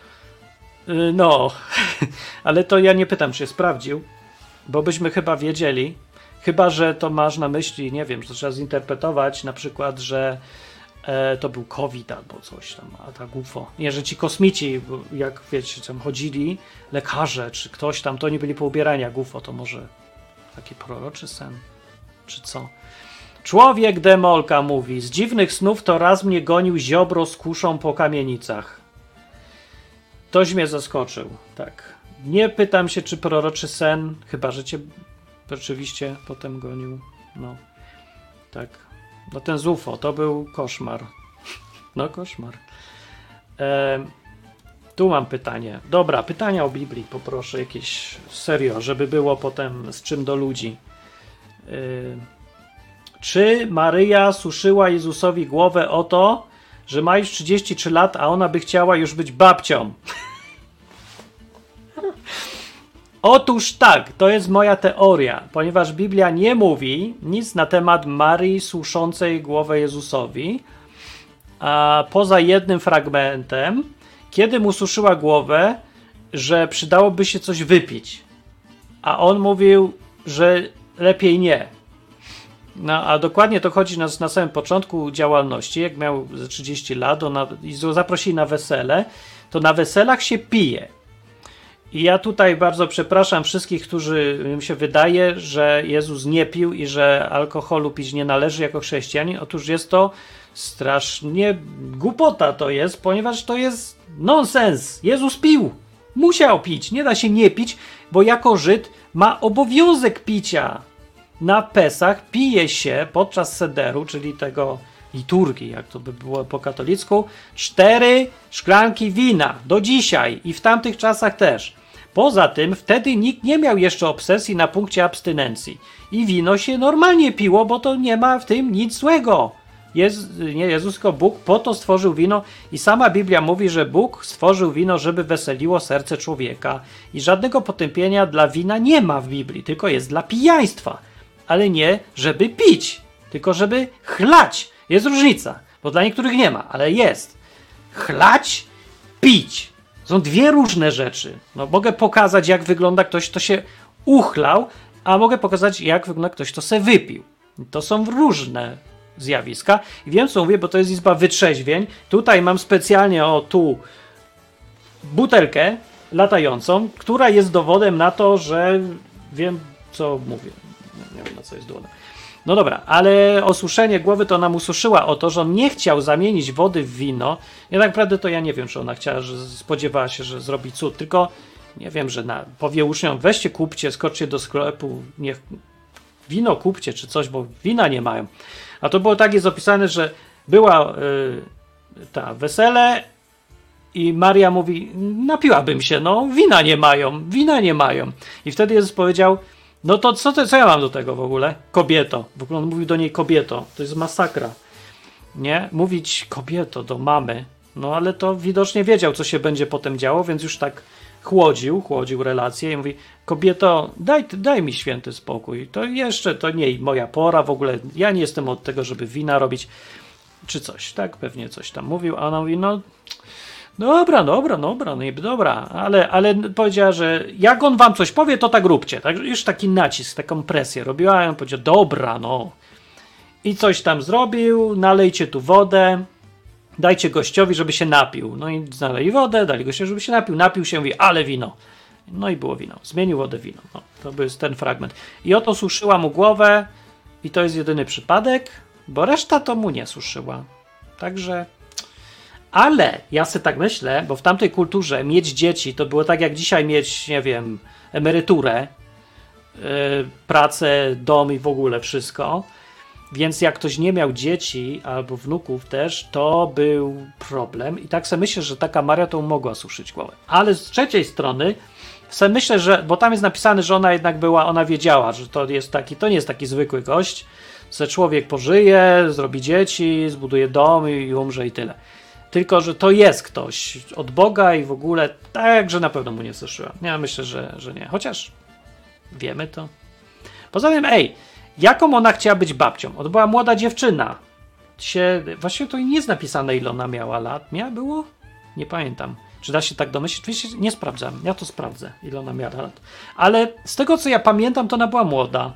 Ale to ja nie pytam, czy się sprawdził, bo byśmy chyba wiedzieli. Chyba że to masz na myśli, nie wiem, że to trzeba zinterpretować, na przykład, że to był COVID albo coś tam, atak UFO. Nie, że ci kosmici, jak wiecie, tam chodzili, lekarze czy ktoś tam, to nie byli poubierani jak UFO, to może taki proroczy sen, czy co? Człowiek Demolka mówi, z dziwnych snów to raz mnie gonił ziobro z kuszą po kamienicach. Ktoś mnie zaskoczył, tak. Nie pytam się, czy proroczy sen, chyba że cię rzeczywiście potem gonił. Tak. No ten z UFO, to był koszmar. No koszmar. Tu mam pytanie. Dobra, pytania o Biblii poproszę jakieś serio, żeby było potem z czym do ludzi. Czy Maryja suszyła Jezusowi głowę o to, że ma już 33 lat, a ona by chciała już być babcią? Otóż tak, to jest moja teoria, ponieważ Biblia nie mówi nic na temat Maryi suszącej głowę Jezusowi, a poza jednym fragmentem, kiedy mu suszyła głowę, że przydałoby się coś wypić. A on mówił, że lepiej nie. No, a dokładnie to chodzi na samym początku działalności, jak miał 30 lat i zaprosili na wesele, to na weselach się pije. I ja tutaj bardzo przepraszam wszystkich, którym się wydaje, że Jezus nie pił i że alkoholu pić nie należy jako chrześcijanin. Otóż jest to strasznie głupota to jest, ponieważ to jest nonsens. Jezus pił. Musiał pić. Nie da się nie pić, bo jako Żyd ma obowiązek picia. Na Pesach pije się podczas sederu, czyli tego liturgii, jak to by było po katolicku, 4 szklanki wina do dzisiaj i w tamtych czasach też. Poza tym wtedy nikt nie miał jeszcze obsesji na punkcie abstynencji i wino się normalnie piło, bo to nie ma w tym nic złego. Nie Jezus, tylko Bóg po to stworzył wino i sama Biblia mówi, że Bóg stworzył wino, żeby weseliło serce człowieka i żadnego potępienia dla wina nie ma w Biblii, tylko jest dla pijaństwa, ale nie żeby pić, tylko żeby chlać. Jest różnica, bo dla niektórych nie ma, ale jest. Chlać, pić. Są dwie różne rzeczy. No, mogę pokazać, jak wygląda ktoś, kto się uchlał, a mogę pokazać, jak wygląda ktoś, kto se wypił. To są różne zjawiska. I wiem, co mówię, bo to jest izba wytrzeźwień. Tutaj mam specjalnie tu butelkę latającą, która jest dowodem na to, że wiem, co mówię. Nie wiem, na co jest dowodem. No dobra, ale osuszenie głowy to nam ususzyła o to, że on nie chciał zamienić wody w wino. Ja tak naprawdę to ja nie wiem, czy ona chciała, że spodziewała się, że zrobi cud, tylko nie wiem, że powie uczniom, weźcie, kupcie, skoczcie do sklepu, niech wino kupcie, czy coś, bo wina nie mają. A to było tak jest opisane, że była ta wesele i Maria mówi, napiłabym się, no wina nie mają. I wtedy Jezus powiedział, no to co ja mam do tego w ogóle? Kobieto. W ogóle on mówił do niej kobieto. To jest masakra. Nie? Mówić kobieto do mamy. No ale to widocznie wiedział, co się będzie potem działo, więc już tak chłodził relacje i mówi, kobieto, daj mi święty spokój. To jeszcze, to nie moja pora w ogóle. Ja nie jestem od tego, żeby wina robić. Czy coś, tak? Pewnie coś tam mówił. A ona mówi, no dobra, ale powiedziała, że jak on wam coś powie, to tak róbcie. Tak, już taki nacisk, taką presję robiła, a on powiedział, dobra, no. I coś tam zrobił, nalejcie tu wodę, dajcie gościowi, żeby się napił. No i znaleźli wodę, dali gościowi, żeby się napił się, mówi, ale wino. No i było wino, zmienił wodę w wino. No, to jest ten fragment. I oto suszyła mu głowę i to jest jedyny przypadek, bo reszta to mu nie suszyła. Także... Ale ja sobie tak myślę, bo w tamtej kulturze mieć dzieci to było tak jak dzisiaj mieć, nie wiem, emeryturę, pracę, dom i w ogóle wszystko. Więc jak ktoś nie miał dzieci albo wnuków też, to był problem. I tak sobie myślę, że taka Maria to mogła suszyć głowę. Ale z trzeciej strony sobie myślę, że, bo tam jest napisane, że ona jednak ona wiedziała, że to nie jest taki zwykły gość, że człowiek pożyje, zrobi dzieci, zbuduje dom i umrze i tyle. Tylko, że to jest ktoś od Boga i w ogóle tak, że na pewno mu nie suszyła. Ja myślę, że nie. Chociaż wiemy to. Poza tym, jaką ona chciała być babcią? Ona była młoda dziewczyna. Właściwie to nie jest napisane, ile ona miała lat. Było? Nie pamiętam. Czy da się tak domyślić? Oczywiście nie sprawdzam. Ja to sprawdzę, ile ona miała lat. Ale z tego, co ja pamiętam, to ona była młoda.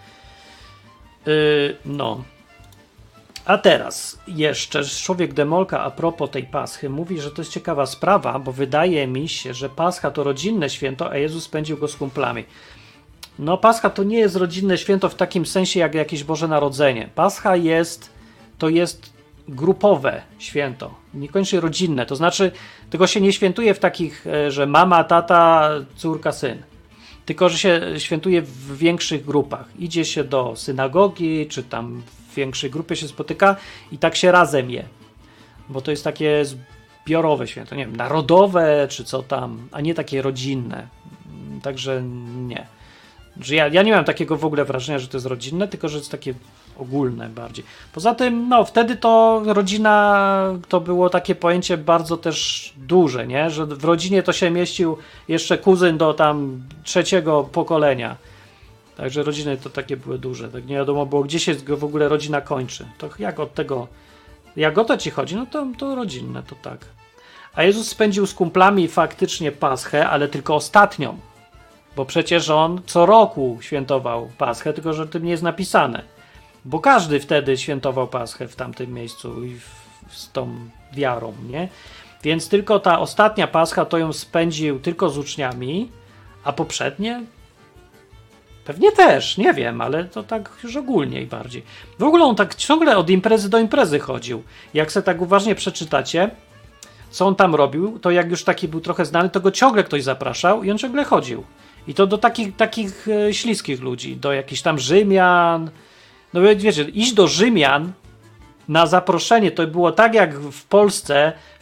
No. A teraz jeszcze człowiek Demolka a propos tej Paschy mówi, że to jest ciekawa sprawa, bo wydaje mi się, że Pascha to rodzinne święto, a Jezus spędził go z kumplami. No Pascha to nie jest rodzinne święto w takim sensie jak jakieś Boże Narodzenie. Pascha to jest grupowe święto, niekoniecznie rodzinne. To znaczy, tego się nie świętuje w takich, że mama, tata, córka, syn. Tylko, że się świętuje w większych grupach. Idzie się do synagogi, czy tam większej grupie się spotyka i tak się razem je. Bo to jest takie zbiorowe święto, nie wiem, narodowe czy co tam, a nie takie rodzinne. Także nie. Że ja nie mam takiego w ogóle wrażenia, że to jest rodzinne, tylko że jest takie ogólne bardziej. Poza tym, no wtedy to rodzina to było takie pojęcie bardzo też duże, nie? Że w rodzinie to się mieścił jeszcze kuzyn do tam 3. pokolenia. Także rodziny to takie były duże. Tak nie wiadomo było, gdzie się w ogóle rodzina kończy. To jak o to ci chodzi, no to rodzinne, to tak. A Jezus spędził z kumplami faktycznie Paschę, ale tylko ostatnią. Bo przecież on co roku świętował Paschę, tylko że tym nie jest napisane. Bo każdy wtedy świętował Paschę w tamtym miejscu i z tą wiarą, nie? Więc tylko ta ostatnia Pascha to ją spędził tylko z uczniami, a poprzednie? Pewnie też, nie wiem, ale to tak już ogólnie i bardziej. W ogóle on tak ciągle od imprezy do imprezy chodził. Jak se tak uważnie przeczytacie, co on tam robił, to jak już taki był trochę znany, to go ciągle ktoś zapraszał i on ciągle chodził. I to do takich śliskich ludzi, do jakichś tam Rzymian. No wiecie, iść do Rzymian na zaproszenie to było tak jak w Polsce w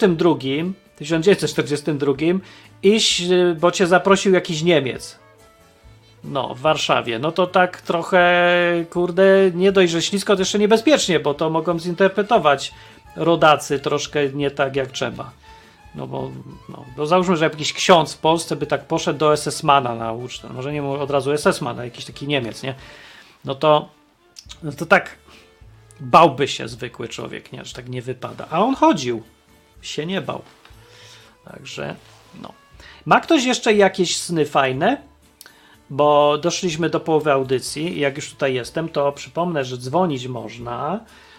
1942, iść, bo cię zaprosił jakiś Niemiec. No, w Warszawie. No to tak trochę, kurde, nie dość, że ślisko, to jeszcze niebezpiecznie, bo to mogą zinterpretować rodacy troszkę nie tak jak trzeba. No bo załóżmy, że jakiś ksiądz w Polsce by tak poszedł do SS-mana na ucztę. Może nie od razu SS-man, ale jakiś taki Niemiec, nie? No to tak bałby się zwykły człowiek, nie? Że tak nie wypada. A on chodził. Się nie bał. Także, no. Ma ktoś jeszcze jakieś sny fajne? Bo doszliśmy do połowy audycji i jak już tutaj jestem, to przypomnę, że dzwonić można,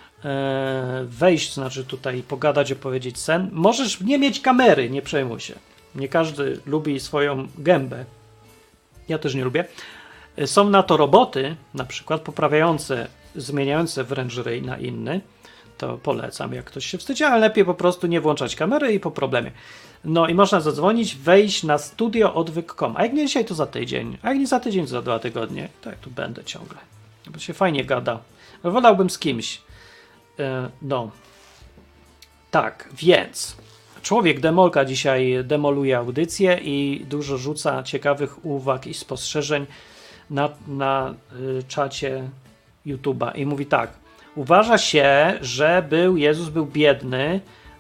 wejść, znaczy tutaj pogadać, opowiedzieć sen. Możesz nie mieć kamery, nie przejmuj się. Nie każdy lubi swoją gębę. Ja też nie lubię. Są na to roboty, na przykład poprawiające, zmieniające wręcz ryj na inny. To polecam, jak ktoś się wstydzi, ale lepiej po prostu nie włączać kamery i po problemie. No i można zadzwonić, wejść na studioodwyk.com. A jak nie dzisiaj, to za tydzień. A jak nie za tydzień, to za 2 tygodnie. Tak, tu będę ciągle. Bo się fajnie gada. Wolałbym z kimś. No. Tak, więc człowiek demolka dzisiaj demoluje audycję i dużo rzuca ciekawych uwag i spostrzeżeń na czacie YouTube'a. I mówi tak. Uważa się, że Jezus był biedny,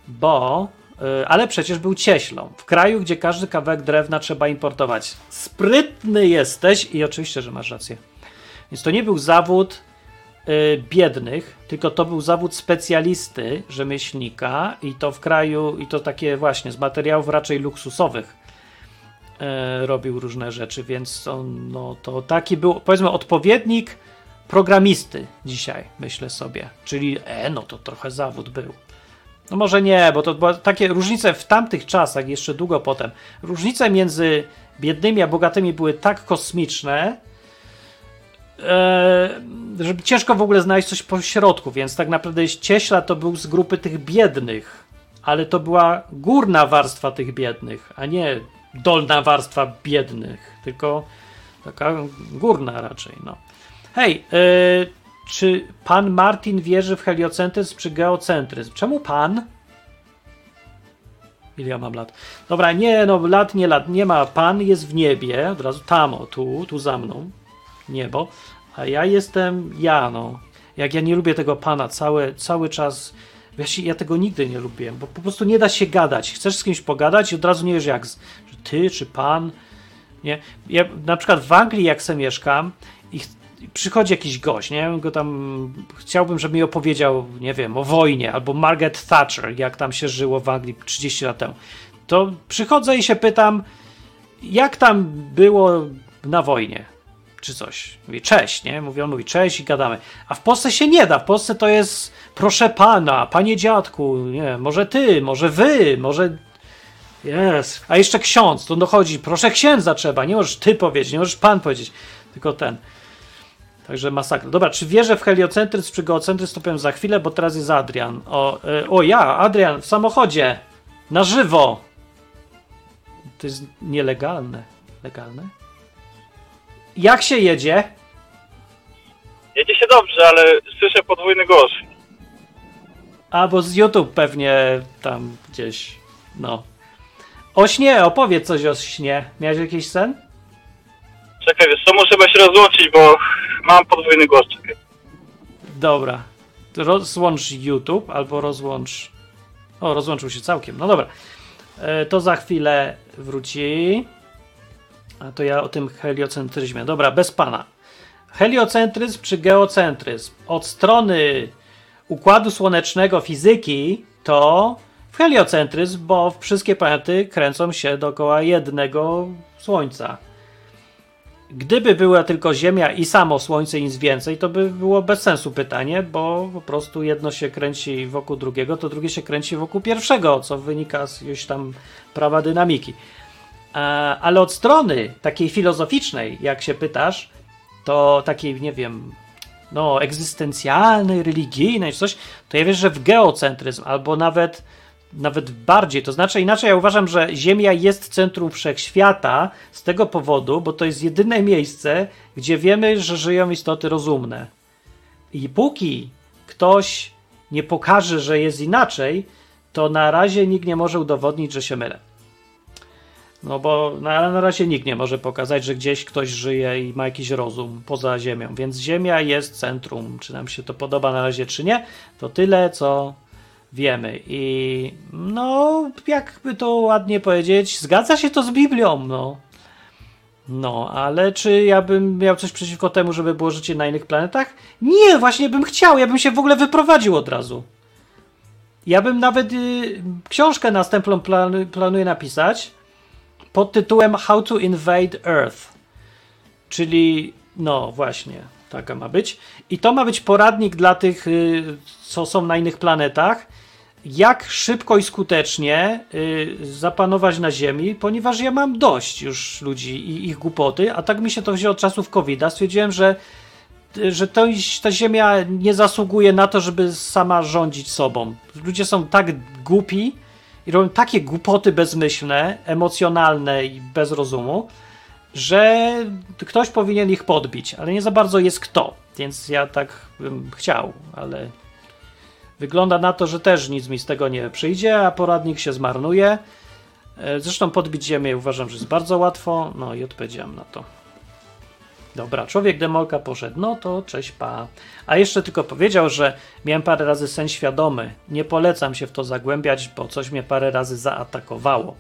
ale przecież był cieślą. W kraju, gdzie każdy kawałek drewna trzeba importować. Sprytny jesteś i oczywiście, że masz rację. Więc to nie był zawód biednych, tylko to był zawód specjalisty, rzemieślnika i to w kraju, i to takie właśnie z materiałów raczej luksusowych robił różne rzeczy, więc to taki był, powiedzmy, odpowiednik programisty dzisiaj, myślę sobie. Czyli no to trochę zawód był. No może nie, bo to były takie różnice w tamtych czasach, jeszcze długo potem. Różnice między biednymi a bogatymi były tak kosmiczne, że ciężko w ogóle znaleźć coś po środku, więc tak naprawdę cieśla to był z grupy tych biednych, ale to była górna warstwa tych biednych, a nie dolna warstwa biednych, tylko taka górna raczej, no. Hej, czy pan Martin wierzy w heliocentryzm czy geocentryzm? Czemu pan? Ile ja mam lat? Dobra, nie, no lat, nie ma. Pan jest w niebie, od razu tam, tu za mną, niebo, a ja jestem no. Jak ja nie lubię tego pana cały czas, ja tego nigdy nie lubiłem, bo po prostu nie da się gadać. Chcesz z kimś pogadać i od razu nie wiesz jak, że ty czy pan, nie? Ja na przykład w Anglii jak se mieszkam i przychodzi jakiś gość, nie? Go tam chciałbym, żeby mi opowiedział, nie wiem, o wojnie, albo Margaret Thatcher, jak tam się żyło w Anglii 30 lat temu. To przychodzę i się pytam, jak tam było na wojnie, czy coś. Mówi cześć, nie? On mówi cześć i gadamy. A w Polsce się nie da. W Polsce to jest proszę pana, panie dziadku, nie, może ty, może wy, może... Jest. A jeszcze ksiądz, to dochodzi, proszę księdza trzeba, nie możesz ty powiedzieć, nie możesz pan powiedzieć, tylko ten. Także masakra. Dobra, czy wierzę w heliocentryzm czy geocentryzm, to powiem za chwilę, bo teraz jest Adrian. Adrian, w samochodzie, na żywo. To jest nielegalne. Legalne? Jak się jedzie? Jedzie się dobrze, ale słyszę podwójny głos. Albo z YouTube pewnie tam gdzieś, no. O śnie, opowiedz coś o śnie. Miałeś jakiś sen? Czekaj, wiesz co, muszę chyba się rozłączyć, bo mam podwójny głos, czekaj. Dobra. Rozłącz YouTube albo rozłącz... O, rozłączył się całkiem. No dobra. To za chwilę wróci. A to ja o tym heliocentryzmie. Dobra, bez pana. Heliocentryzm czy geocentryzm? Od strony Układu Słonecznego fizyki to w heliocentryzm, bo wszystkie planety kręcą się dookoła jednego Słońca. Gdyby była tylko Ziemia i samo Słońce i nic więcej, to by było bez sensu pytanie, bo po prostu jedno się kręci wokół drugiego, to drugie się kręci wokół pierwszego, co wynika z jakiegoś tam prawa dynamiki. Ale od strony takiej filozoficznej, jak się pytasz, to takiej, nie wiem, no egzystencjalnej, religijnej czy coś, to ja wiesz, że w geocentryzm albo nawet bardziej, to znaczy inaczej ja uważam, że Ziemia jest centrum wszechświata z tego powodu, bo to jest jedyne miejsce, gdzie wiemy, że żyją istoty rozumne. I póki ktoś nie pokaże, że jest inaczej, to na razie nikt nie może udowodnić, że się mylę. No bo na razie nikt nie może pokazać, że gdzieś ktoś żyje i ma jakiś rozum poza Ziemią, więc Ziemia jest centrum. Czy nam się to podoba na razie, czy nie, to tyle, co wiemy. I no, jakby to ładnie powiedzieć, zgadza się to z Biblią, no. No, ale czy ja bym miał coś przeciwko temu, żeby było życie na innych planetach? Nie, właśnie bym chciał, ja bym się w ogóle wyprowadził od razu. Ja bym nawet książkę następną planuję napisać pod tytułem How to Invade Earth. Czyli, no właśnie, taka ma być. I to ma być poradnik dla tych, co są na innych planetach, jak szybko i skutecznie zapanować na Ziemi, ponieważ ja mam dość już ludzi i ich głupoty, a tak mi się to wzięło od czasów COVID-a. Stwierdziłem, że ta Ziemia nie zasługuje na to, żeby sama rządzić sobą. Ludzie są tak głupi i robią takie głupoty bezmyślne, emocjonalne i bez rozumu, że ktoś powinien ich podbić, ale nie za bardzo jest kto. Więc ja tak bym chciał, ale wygląda na to, że też nic mi z tego nie przyjdzie, a poradnik się zmarnuje. Zresztą podbić Ziemię uważam, że jest bardzo łatwo. No i odpowiedziałem na to. Dobra, człowiek demolka poszedł. No to cześć, pa. A jeszcze tylko powiedział, że miałem parę razy sen świadomy. Nie polecam się w to zagłębiać, bo coś mnie parę razy zaatakowało.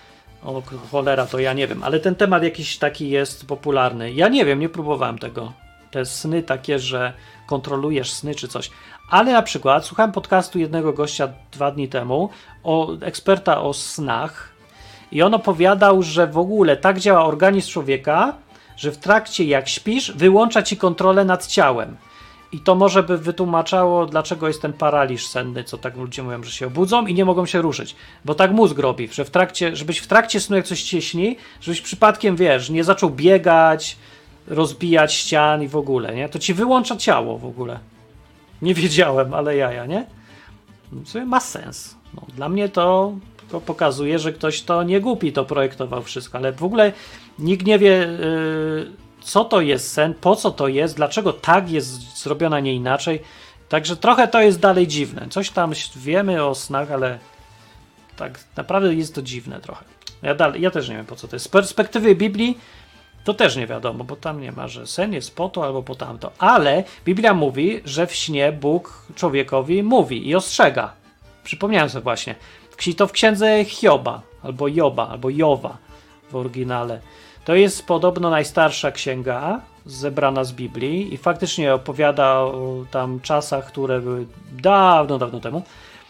O cholera, to ja nie wiem. Ale ten temat jakiś taki jest popularny. Ja nie wiem, nie próbowałem tego. Te sny takie, że kontrolujesz sny czy coś. Ale na przykład słuchałem podcastu jednego gościa 2 dni temu, eksperta o snach, i on opowiadał, że w ogóle tak działa organizm człowieka, że w trakcie jak śpisz, wyłącza ci kontrolę nad ciałem. I to może by wytłumaczało, dlaczego jest ten paraliż senny, co tak ludzie mówią, że się obudzą i nie mogą się ruszyć. Bo tak mózg robi, że żebyś w trakcie snu jak coś cię śni, żebyś przypadkiem, wiesz, nie zaczął biegać, rozbijać ścian i w ogóle, nie? To ci wyłącza ciało w ogóle. Nie wiedziałem, ale jaja, nie? Co ma sens. No, dla mnie to pokazuje, że ktoś to nie głupi to projektował wszystko, ale w ogóle nikt nie wie, co to jest sen, po co to jest, dlaczego tak jest zrobione, a nie inaczej. Także trochę to jest dalej dziwne. Coś tam wiemy o snach, ale tak naprawdę jest to dziwne trochę. Ja też nie wiem, po co to jest. Z perspektywy Biblii to też nie wiadomo, bo tam nie ma, że sen jest po to albo po tamto. Ale Biblia mówi, że w śnie Bóg człowiekowi mówi i ostrzega. Przypomniałem sobie właśnie. To w księdze Hioba, albo Joba, albo Jowa w oryginale. To jest podobno najstarsza księga zebrana z Biblii i faktycznie opowiada o tam czasach, które były dawno, dawno temu.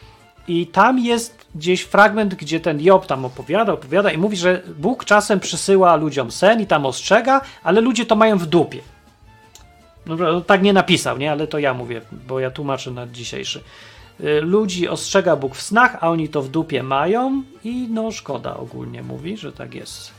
I tam jest gdzieś fragment, gdzie ten Job tam opowiada i mówi, że Bóg czasem przysyła ludziom sen i tam ostrzega, ale ludzie to mają w dupie. No, tak nie napisał, nie? Ale to ja mówię, bo ja tłumaczę na dzisiejszy. Ludzi ostrzega Bóg w snach, a oni to w dupie mają i no szkoda ogólnie mówi, że tak jest.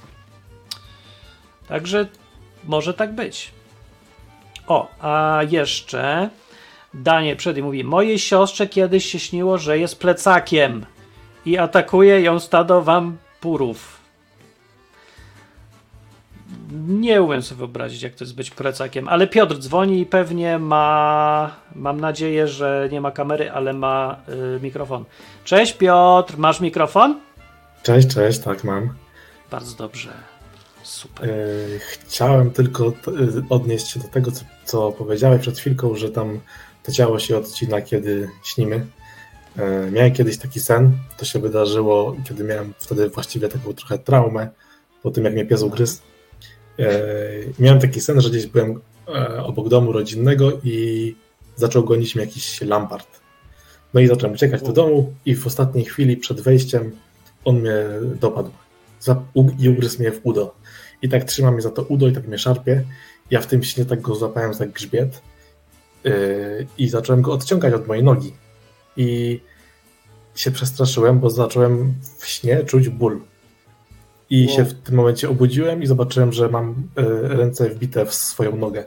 Także może tak być. O, a jeszcze Daniel przed mówi, mojej siostrze kiedyś się śniło, że jest plecakiem i atakuje ją stado wampirów. Nie umiem sobie wyobrazić, jak to jest być plecakiem, ale Piotr dzwoni i pewnie mam nadzieję, że nie ma kamery, ale ma mikrofon. Cześć Piotr, masz mikrofon? Cześć, tak mam. Bardzo dobrze, super. Chciałem tylko odnieść się do tego, co powiedziałeś przed chwilką, że tam to ciało się odcina, kiedy śnimy. Miałem kiedyś taki sen, to się wydarzyło, kiedy miałem wtedy właściwie taką trochę traumę, po tym jak mnie pies ugryzł. Miałem taki sen, że gdzieś byłem obok domu rodzinnego i zaczął gonić mnie jakiś lampart. No i zacząłem uciekać do domu i w ostatniej chwili przed wejściem on mnie dopadł i ugryzł mnie w udo. I tak trzyma mnie za to udo i tak mnie szarpie. Ja w tym śnie tak go złapałem za grzbiet i zacząłem go odciągać od mojej nogi. I się przestraszyłem, bo zacząłem w śnie czuć ból. I się w tym momencie obudziłem i zobaczyłem, że mam ręce wbite w swoją nogę.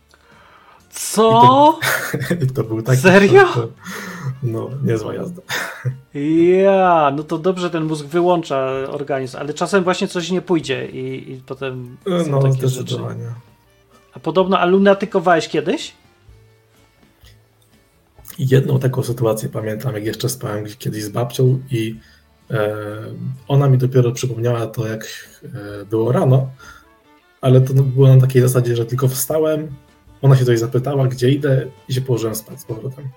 Co? To był taki... Serio? No, niezła jazda. Ja, no to dobrze ten mózg wyłącza organizm, ale czasem właśnie coś nie pójdzie i potem są No, takie zdecydowanie. rzeczy. A podobno, a lunatykowałeś kiedyś? Jedną taką sytuację pamiętam, jak jeszcze spałem kiedyś z babcią i ona mi dopiero przypomniała to, jak było rano, ale to było na takiej zasadzie, że tylko wstałem, ona się coś zapytała, gdzie idę i się położyłem spać z powrotem.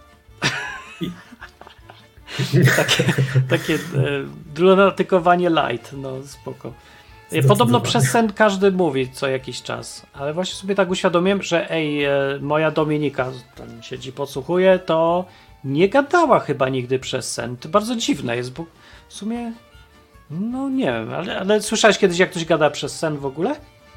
Takie lunatykowanie light, no spoko. Podobno przez sen każdy mówi co jakiś czas, ale właśnie sobie tak uświadomiłem, że moja Dominika tam siedzi, podsłuchuje, to nie gadała chyba nigdy przez sen. To bardzo dziwne jest, bo w sumie no nie wiem, ale słyszałeś kiedyś, jak ktoś gada przez sen w ogóle?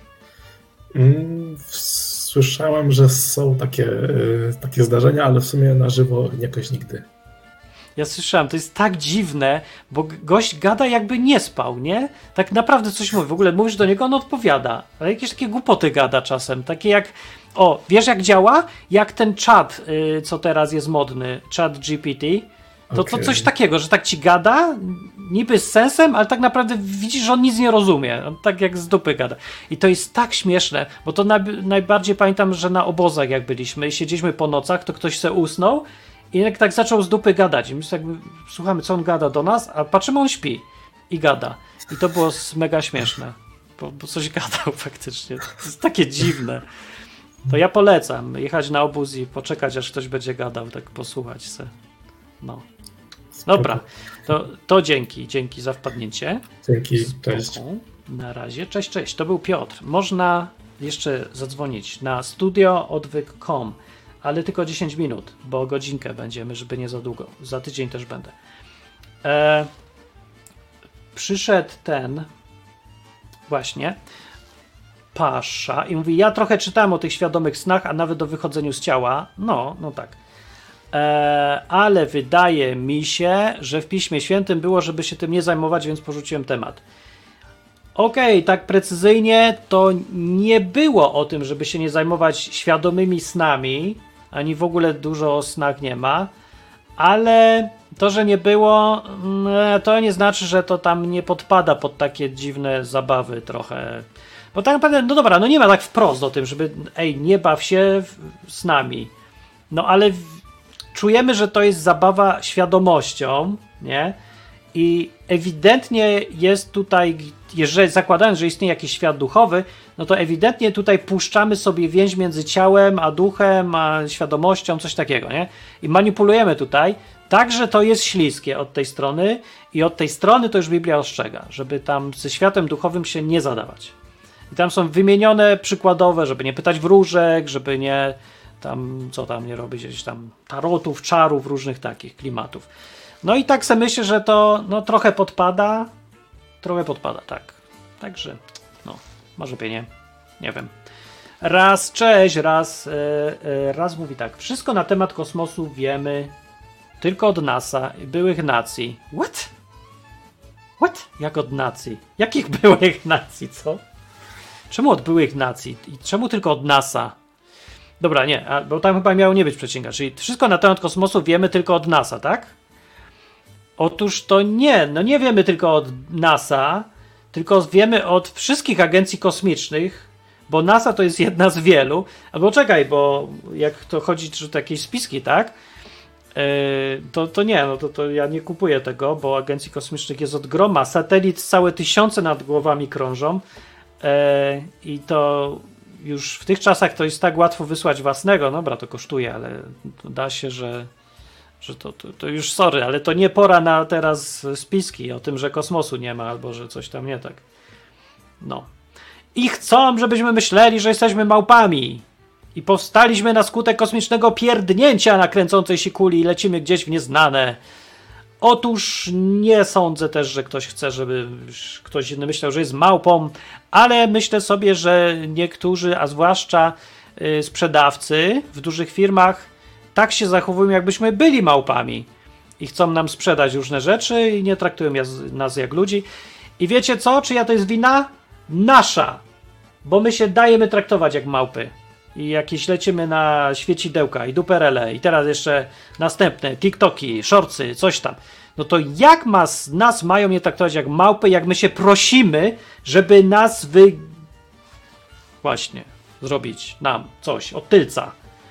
Słyszałem, że są takie zdarzenia, ale w sumie na żywo jakoś nigdy. Ja słyszałem, to jest tak dziwne, bo gość gada jakby nie spał, nie? Tak naprawdę coś mówi, w ogóle mówisz do niego, on odpowiada, ale jakieś takie głupoty gada czasem, takie jak, wiesz jak działa? Jak ten czat, co teraz jest modny, czat GPT, to coś takiego, że tak ci gada, niby z sensem, ale tak naprawdę widzisz, że on nic nie rozumie, on tak jak z dupy gada. I to jest tak śmieszne, bo to najbardziej pamiętam, że na obozach jak byliśmy i siedzieliśmy po nocach, to ktoś se usnął, i jak tak zaczął z dupy gadać. I my jakby słuchamy, co on gada do nas, a patrzymy, on śpi i gada. I to było mega śmieszne, bo coś gadał faktycznie. To jest takie dziwne. To ja polecam jechać na obóz i poczekać, aż ktoś będzie gadał, tak posłuchać se. No. Dobra, to dzięki za wpadnięcie. Dzięki, cześć. Na razie, cześć. To był Piotr. Można jeszcze zadzwonić na studioodwyk.com. Ale tylko 10 minut, bo godzinkę będziemy, żeby nie za długo. Za tydzień też będę. Przyszedł ten właśnie Pasza i mówi, ja trochę czytałem o tych świadomych snach, a nawet o wychodzeniu z ciała. No tak. Ale wydaje mi się, że w Piśmie Świętym było, żeby się tym nie zajmować, więc porzuciłem temat. Okej, tak precyzyjnie to nie było o tym, żeby się nie zajmować świadomymi snami, ani w ogóle dużo o snach nie ma, ale to, że nie było, to nie znaczy, że to tam nie podpada pod takie dziwne zabawy trochę. Bo tak naprawdę, no dobra, no nie ma tak wprost o tym, żeby nie baw się z nami. No ale czujemy, że to jest zabawa świadomością, nie? I ewidentnie jest tutaj, jeżeli zakładając, że istnieje jakiś świat duchowy, no to ewidentnie tutaj puszczamy sobie więź między ciałem, a duchem, a świadomością, coś takiego, nie? I manipulujemy tutaj, tak, że to jest śliskie od tej strony i od tej strony to już Biblia ostrzega, żeby tam ze światem duchowym się nie zadawać. I tam są wymienione przykładowe, żeby nie pytać wróżek, żeby nie tam, co tam nie robić, gdzieś tam tarotów, czarów, różnych takich klimatów. No i tak sobie myślę, że to trochę podpada, tak. Także, może nie wiem. Raz mówi tak, wszystko na temat kosmosu wiemy tylko od NASA i byłych nacji. What? Jak od nacji? Jakich byłych nacji, co? Czemu od byłych nacji? I czemu tylko od NASA? Dobra, nie, bo tam chyba miało nie być przecinka, czyli wszystko na temat kosmosu wiemy tylko od NASA, tak? Otóż to nie wiemy tylko od NASA, tylko wiemy od wszystkich agencji kosmicznych, bo NASA to jest jedna z wielu, albo czekaj, bo jak to chodzi, że to jakieś spiski, tak? To nie, no to ja nie kupuję tego, bo agencji kosmicznych jest od groma, satelit całe tysiące nad głowami krążą i to już w tych czasach to jest tak łatwo wysłać własnego, dobra, to kosztuje, ale to da się, że to już sorry, ale to nie pora na teraz spiski o tym, że kosmosu nie ma, albo że coś tam nie tak. No. I chcą, żebyśmy myśleli, że jesteśmy małpami. I powstaliśmy na skutek kosmicznego pierdnięcia na kręcącej się kuli i lecimy gdzieś w nieznane. Otóż nie sądzę też, że ktoś chce, żeby ktoś inny myślał, że jest małpą, ale myślę sobie, że niektórzy, a zwłaszcza sprzedawcy w dużych firmach tak się zachowują, jakbyśmy byli małpami i chcą nam sprzedać różne rzeczy i nie traktują nas jak ludzi. I wiecie co? Czyja to jest wina? Nasza! Bo my się dajemy traktować jak małpy. I jakieś lecimy na świecidełka i duperele i teraz jeszcze następne TikToki, shortsy, coś tam. No to jak nas mają nie traktować jak małpy, jak my się prosimy, żeby nas właśnie zrobić nam coś od tylca.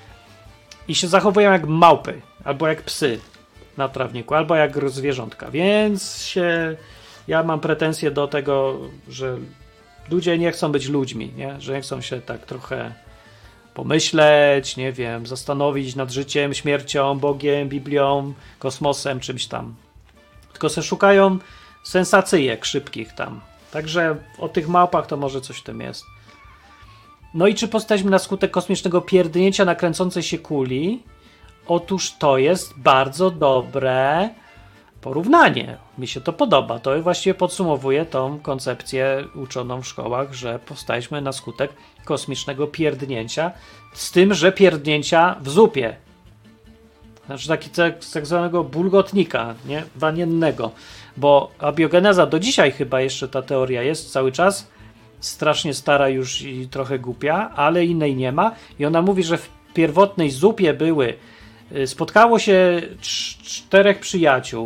I się zachowują jak małpy, albo jak psy na trawniku, albo jak zwierzątka. Więc ja mam pretensje do tego, że ludzie nie chcą być ludźmi, nie? Że nie chcą się tak trochę pomyśleć, nie wiem, zastanowić nad życiem, śmiercią, Bogiem, Biblią, kosmosem, czymś tam. Tylko se szukają sensacyjek szybkich tam. Także o tych małpach to może coś w tym jest. No i czy powstaliśmy na skutek kosmicznego pierdnięcia na kręcącej się kuli? Otóż to jest bardzo dobre porównanie. Mi się to podoba. To właściwie podsumowuje tą koncepcję uczoną w szkołach, że powstaliśmy na skutek kosmicznego pierdnięcia, z tym, że pierdnięcia w zupie. Znaczy tak zwanego bulgotnika, nie? Waniennego. Bo abiogeneza do dzisiaj chyba jeszcze ta teoria jest cały czas. Strasznie stara już i trochę głupia, ale innej nie ma. I ona mówi, że w pierwotnej zupie spotkało się 4 przyjaciół.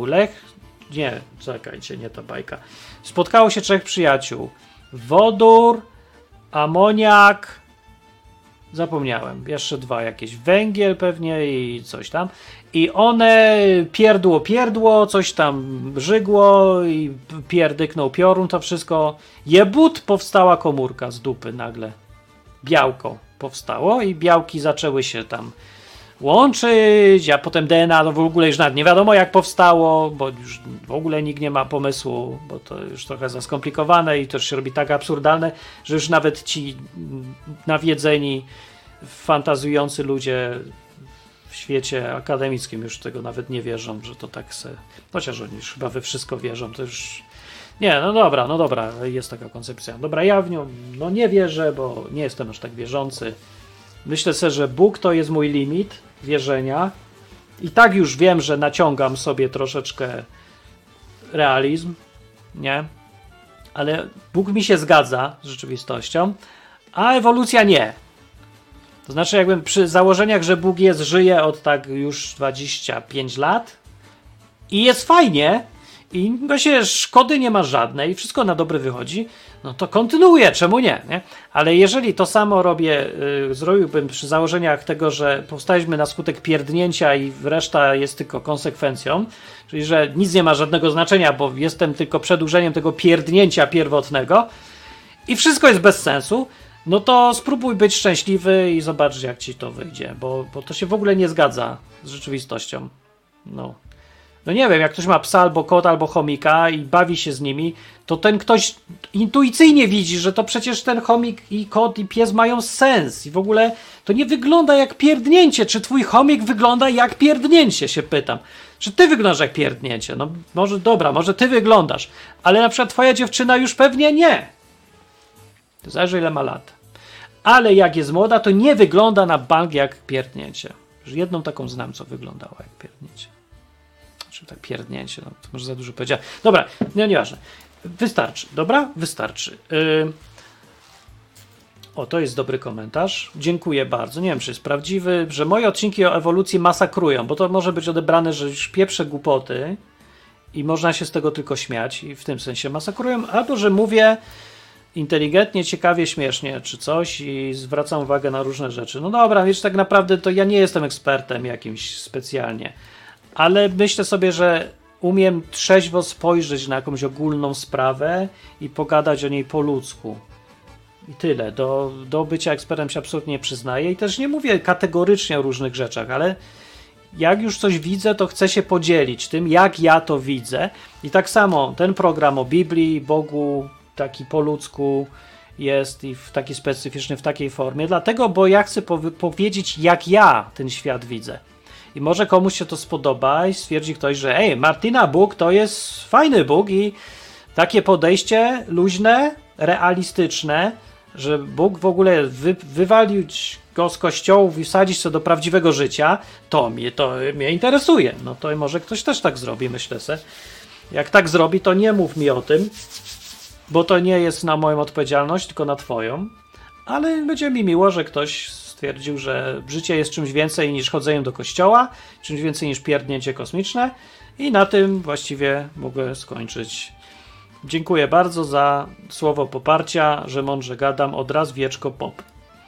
Nie ta bajka. Spotkało się 3 przyjaciół. Wodór, amoniak, zapomniałem, jeszcze 2 jakieś, węgiel pewnie i coś tam. I one pierdło, coś tam żygło i pierdyknął piorun, to wszystko. Jebut, powstała komórka z dupy nagle. Białko powstało i białki zaczęły się tam łączyć, a potem DNA, no w ogóle już nawet nie wiadomo jak powstało, bo już w ogóle nikt nie ma pomysłu, bo to już trochę za skomplikowane i to się robi tak absurdalne, że już nawet ci nawiedzeni, fantazujący ludzie w świecie akademickim już tego nawet nie wierzą, że to tak chociaż oni już chyba we wszystko wierzą, to już nie, no dobra, jest taka koncepcja. Dobra, ja w nią nie wierzę, bo nie jestem aż tak wierzący. Myślę sobie, że Bóg to jest mój limit wierzenia i tak już wiem, że naciągam sobie troszeczkę realizm, nie? Ale Bóg mi się zgadza z rzeczywistością, a ewolucja nie. To znaczy jakbym przy założeniach, że Bóg żyje od tak już 25 lat i jest fajnie i właśnie szkody nie ma żadnej, wszystko na dobre wychodzi, no to kontynuuję, czemu nie? Ale jeżeli to samo zrobiłbym przy założeniach tego, że powstaliśmy na skutek pierdnięcia i reszta jest tylko konsekwencją, czyli że nic nie ma żadnego znaczenia, bo jestem tylko przedłużeniem tego pierdnięcia pierwotnego i wszystko jest bez sensu, no to spróbuj być szczęśliwy i zobacz, jak ci to wyjdzie, bo to się w ogóle nie zgadza z rzeczywistością. No nie wiem, jak ktoś ma psa albo kota albo chomika i bawi się z nimi, to ten ktoś intuicyjnie widzi, że to przecież ten chomik i kot i pies mają sens i w ogóle to nie wygląda jak pierdnięcie. Czy twój chomik wygląda jak pierdnięcie, się pytam. Czy ty wyglądasz jak pierdnięcie? No może dobra, może ty wyglądasz, ale na przykład twoja dziewczyna już pewnie nie. To zależy ile ma lat. Ale jak jest młoda, to nie wygląda na bank jak pierdnięcie. Jedną taką znam, co wyglądała jak pierdnięcie. Czy tak pierdnięcie, no to może za dużo powiedziałem. Dobra, nieważne. Wystarczy, dobra? Wystarczy. To jest dobry komentarz. Dziękuję bardzo. Nie wiem, czy jest prawdziwy, że moje odcinki o ewolucji masakrują, bo to może być odebrane, że już pieprzę głupoty i można się z tego tylko śmiać i w tym sensie masakrują, albo że mówię inteligentnie, ciekawie, śmiesznie czy coś i zwracam uwagę na różne rzeczy. No dobra, wiesz, tak naprawdę to ja nie jestem ekspertem jakimś specjalnie, ale myślę sobie, że umiem trzeźwo spojrzeć na jakąś ogólną sprawę i pogadać o niej po ludzku. I tyle. Do bycia ekspertem się absolutnie nie przyznaję i też nie mówię kategorycznie o różnych rzeczach, ale jak już coś widzę, to chcę się podzielić tym, jak ja to widzę. I tak samo ten program o Biblii, Bogu, taki po ludzku jest i w taki specyficzny, w takiej formie, dlatego, bo ja chcę powiedzieć, jak ja ten świat widzę. I może komuś się to spodoba i stwierdzi ktoś, że Martina, Bóg to jest fajny Bóg i takie podejście luźne, realistyczne, że Bóg w ogóle wywalić go z kościołów i wsadzić to do prawdziwego życia, to mnie interesuje. No to może ktoś też tak zrobi, myślę se. Jak tak zrobi, to nie mów mi o tym, bo to nie jest na moją odpowiedzialność, tylko na twoją. Ale będzie mi miło, że ktoś stwierdził, że życie jest czymś więcej niż chodzenie do kościoła, czymś więcej niż pierdnięcie kosmiczne i na tym właściwie mogę skończyć. Dziękuję bardzo za słowo poparcia, że mądrze gadam, od raz wieczko pop.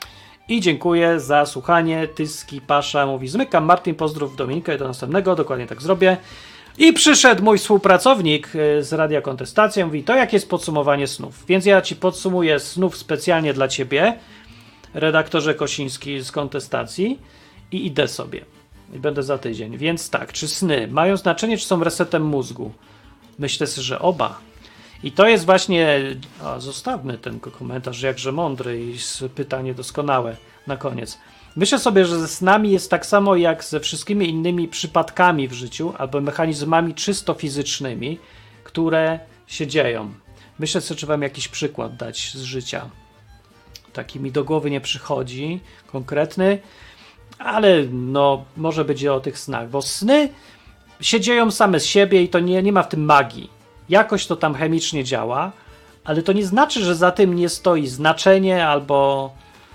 I dziękuję za słuchanie. Tyski Pasza mówi, zmykam Martin, pozdrów Dominika i do następnego, dokładnie tak zrobię. I przyszedł mój współpracownik z Radia Kontestacja, mówi, to jakie jest podsumowanie snów? Więc ja ci podsumuję snów specjalnie dla ciebie, redaktorze Kosiński z Kontestacji i idę sobie. I będę za tydzień. Więc tak, czy sny mają znaczenie, czy są resetem mózgu? Myślę sobie, że oba. I to jest właśnie, zostawmy ten komentarz, jakże mądry i pytanie doskonałe na koniec. Myślę sobie, że ze snami jest tak samo jak ze wszystkimi innymi przypadkami w życiu albo mechanizmami czysto fizycznymi, które się dzieją. Myślę sobie, czy wam jakiś przykład dać z życia. Taki mi do głowy nie przychodzi, konkretny, ale no może będzie o tych snach, bo sny się dzieją same z siebie i to nie ma w tym magii. Jakoś to tam chemicznie działa, ale to nie znaczy, że za tym nie stoi znaczenie albo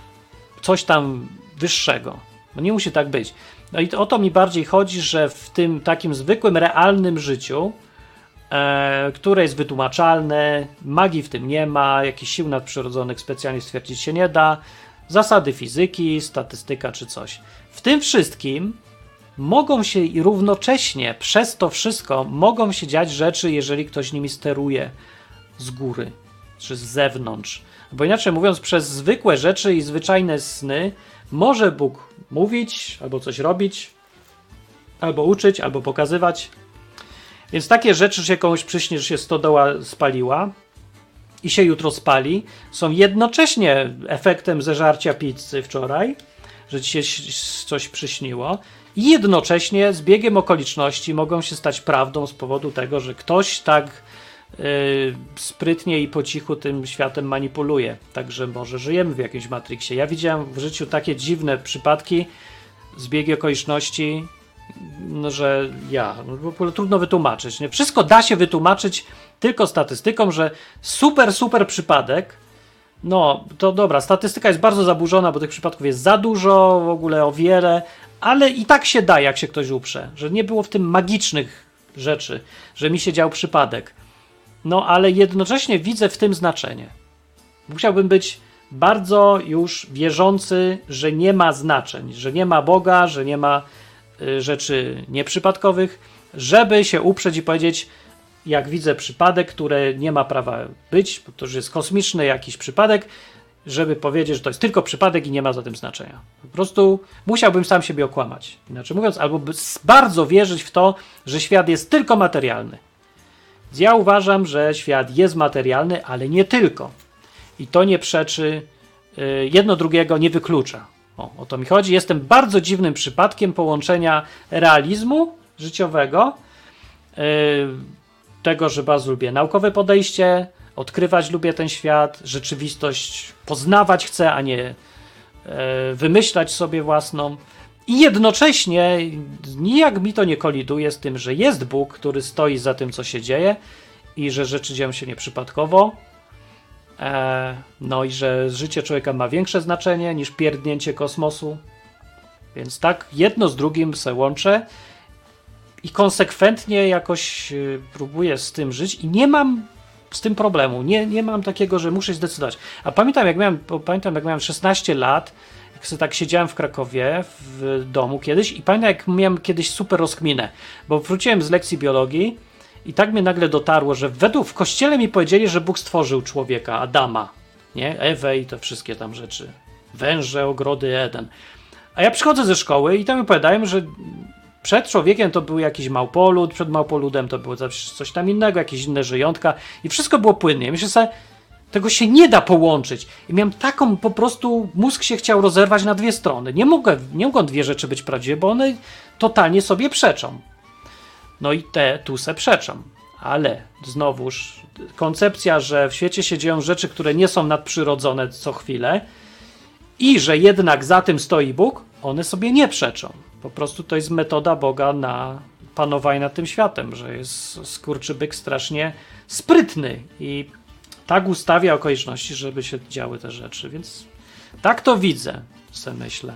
coś tam wyższego. No nie musi tak być. No i o to mi bardziej chodzi, że w tym takim zwykłym, realnym życiu, które jest wytłumaczalne, magii w tym nie ma, jakichś sił nadprzyrodzonych specjalnie stwierdzić się nie da, zasady fizyki, statystyka czy coś. W tym wszystkim mogą się i równocześnie przez to wszystko mogą się dziać rzeczy, jeżeli ktoś nimi steruje z góry czy z zewnątrz. Bo inaczej mówiąc, przez zwykłe rzeczy i zwyczajne sny może Bóg mówić, albo coś robić, albo uczyć, albo pokazywać. Więc takie rzeczy, że się komuś przyśnie, że się stodoła spaliła i się jutro spali, są jednocześnie efektem zeżarcia pizzy wczoraj, że ci się coś przyśniło, i jednocześnie z biegiem okoliczności mogą się stać prawdą z powodu tego, że ktoś tak sprytnie i po cichu tym światem manipuluje. Także może żyjemy w jakimś Matrixie. Ja widziałem w życiu takie dziwne przypadki z biegi okoliczności, no, że w ogóle trudno wytłumaczyć. Nie? Wszystko da się wytłumaczyć tylko statystyką, że super przypadek. No to dobra, statystyka jest bardzo zaburzona, bo tych przypadków jest za dużo, w ogóle o wiele, ale i tak się da, jak się ktoś uprze, że nie było w tym magicznych rzeczy, że mi się dział przypadek. No ale jednocześnie widzę w tym znaczenie. Musiałbym być bardzo już wierzący, że nie ma znaczeń, że nie ma Boga, że nie ma rzeczy nieprzypadkowych, żeby się uprzeć i powiedzieć, jak widzę przypadek, który nie ma prawa być, bo to już jest kosmiczny jakiś przypadek, żeby powiedzieć, że to jest tylko przypadek i nie ma za tym znaczenia. Po prostu musiałbym sam siebie okłamać. Inaczej mówiąc, albo bardzo wierzyć w to, że świat jest tylko materialny. Ja uważam, że świat jest materialny, ale nie tylko. I to nie przeczy, jedno drugiego nie wyklucza. O to mi chodzi. Jestem bardzo dziwnym przypadkiem połączenia realizmu życiowego, tego, że bardzo lubię naukowe podejście, odkrywać lubię ten świat, rzeczywistość poznawać chcę, a nie wymyślać sobie własną. I jednocześnie nijak mi to nie koliduje z tym, że jest Bóg, który stoi za tym, co się dzieje i że rzeczy dzieją się nieprzypadkowo. No i że życie człowieka ma większe znaczenie niż pierdnięcie kosmosu. Więc tak, jedno z drugim se łączę i konsekwentnie jakoś próbuję z tym żyć i nie mam z tym problemu. Nie mam takiego, że muszę zdecydować. A pamiętam, jak miałem 16 lat, jak sobie tak siedziałem w Krakowie w domu kiedyś i pamiętam, jak miałem kiedyś super rozkminę, bo wróciłem z lekcji biologii i tak mnie nagle dotarło, że w kościele mi powiedzieli, że Bóg stworzył człowieka, Adama, nie? Ewę i te wszystkie tam rzeczy. Węże, ogrody, Eden. A ja przychodzę ze szkoły i tam mi opowiadają, że przed człowiekiem to był jakiś małpolud, przed małpoludem to było coś tam innego, jakieś inne żyjątka i wszystko było płynnie. Myślę sobie, tego się nie da połączyć. I miałem taką po prostu, mózg się chciał rozerwać na dwie strony. Nie mogą dwie rzeczy być prawdziwe, bo one totalnie sobie przeczą. No i tu se przeczą. Ale znowuż koncepcja, że w świecie się dzieją rzeczy, które nie są nadprzyrodzone co chwilę i że jednak za tym stoi Bóg, one sobie nie przeczą. Po prostu to jest metoda Boga na panowanie nad tym światem, że jest skurczybyk strasznie sprytny i tak ustawia okoliczności, żeby się działy te rzeczy, więc tak to widzę, sobie myślę.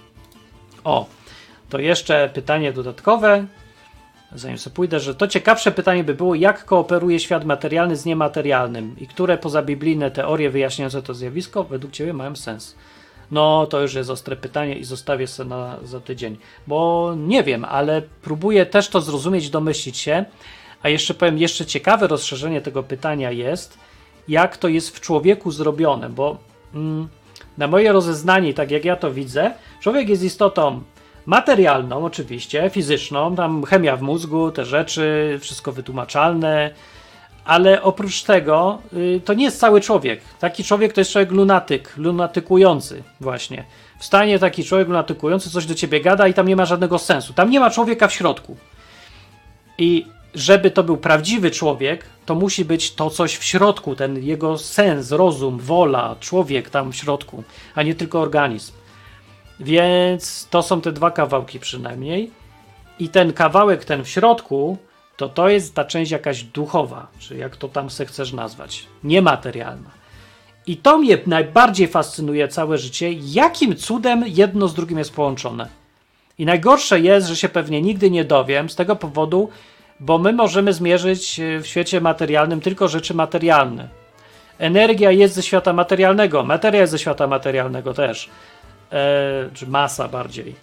O, to jeszcze pytanie dodatkowe, zanim sobie pójdę, że to ciekawsze pytanie by było, jak kooperuje świat materialny z niematerialnym i które pozabiblijne teorie wyjaśniające to zjawisko według Ciebie mają sens? No, to już jest ostre pytanie i zostawię sobie za tydzień, bo nie wiem, ale próbuję też to zrozumieć, domyślić się, a jeszcze powiem, jeszcze ciekawe rozszerzenie tego pytania jest, jak to jest w człowieku zrobione, bo na moje rozeznanie, tak jak ja to widzę, człowiek jest istotą materialną oczywiście, fizyczną, tam chemia w mózgu, te rzeczy, wszystko wytłumaczalne, ale oprócz tego to nie jest cały człowiek. Taki człowiek to jest człowiek lunatykujący właśnie. Wstanie taki człowiek lunatykujący, coś do ciebie gada i tam nie ma żadnego sensu. Tam nie ma człowieka w środku. I żeby to był prawdziwy człowiek, to musi być to coś w środku, ten jego sens, rozum, wola, człowiek tam w środku, a nie tylko organizm. Więc to są te dwa kawałki przynajmniej. I ten kawałek, ten w środku, to jest ta część jakaś duchowa, czy jak to tam se chcesz nazwać, niematerialna. I to mnie najbardziej fascynuje całe życie, jakim cudem jedno z drugim jest połączone. I najgorsze jest, że się pewnie nigdy nie dowiem z tego powodu, bo my możemy zmierzyć w świecie materialnym tylko rzeczy materialne. Energia jest ze świata materialnego, materia jest ze świata materialnego też, czy masa bardziej.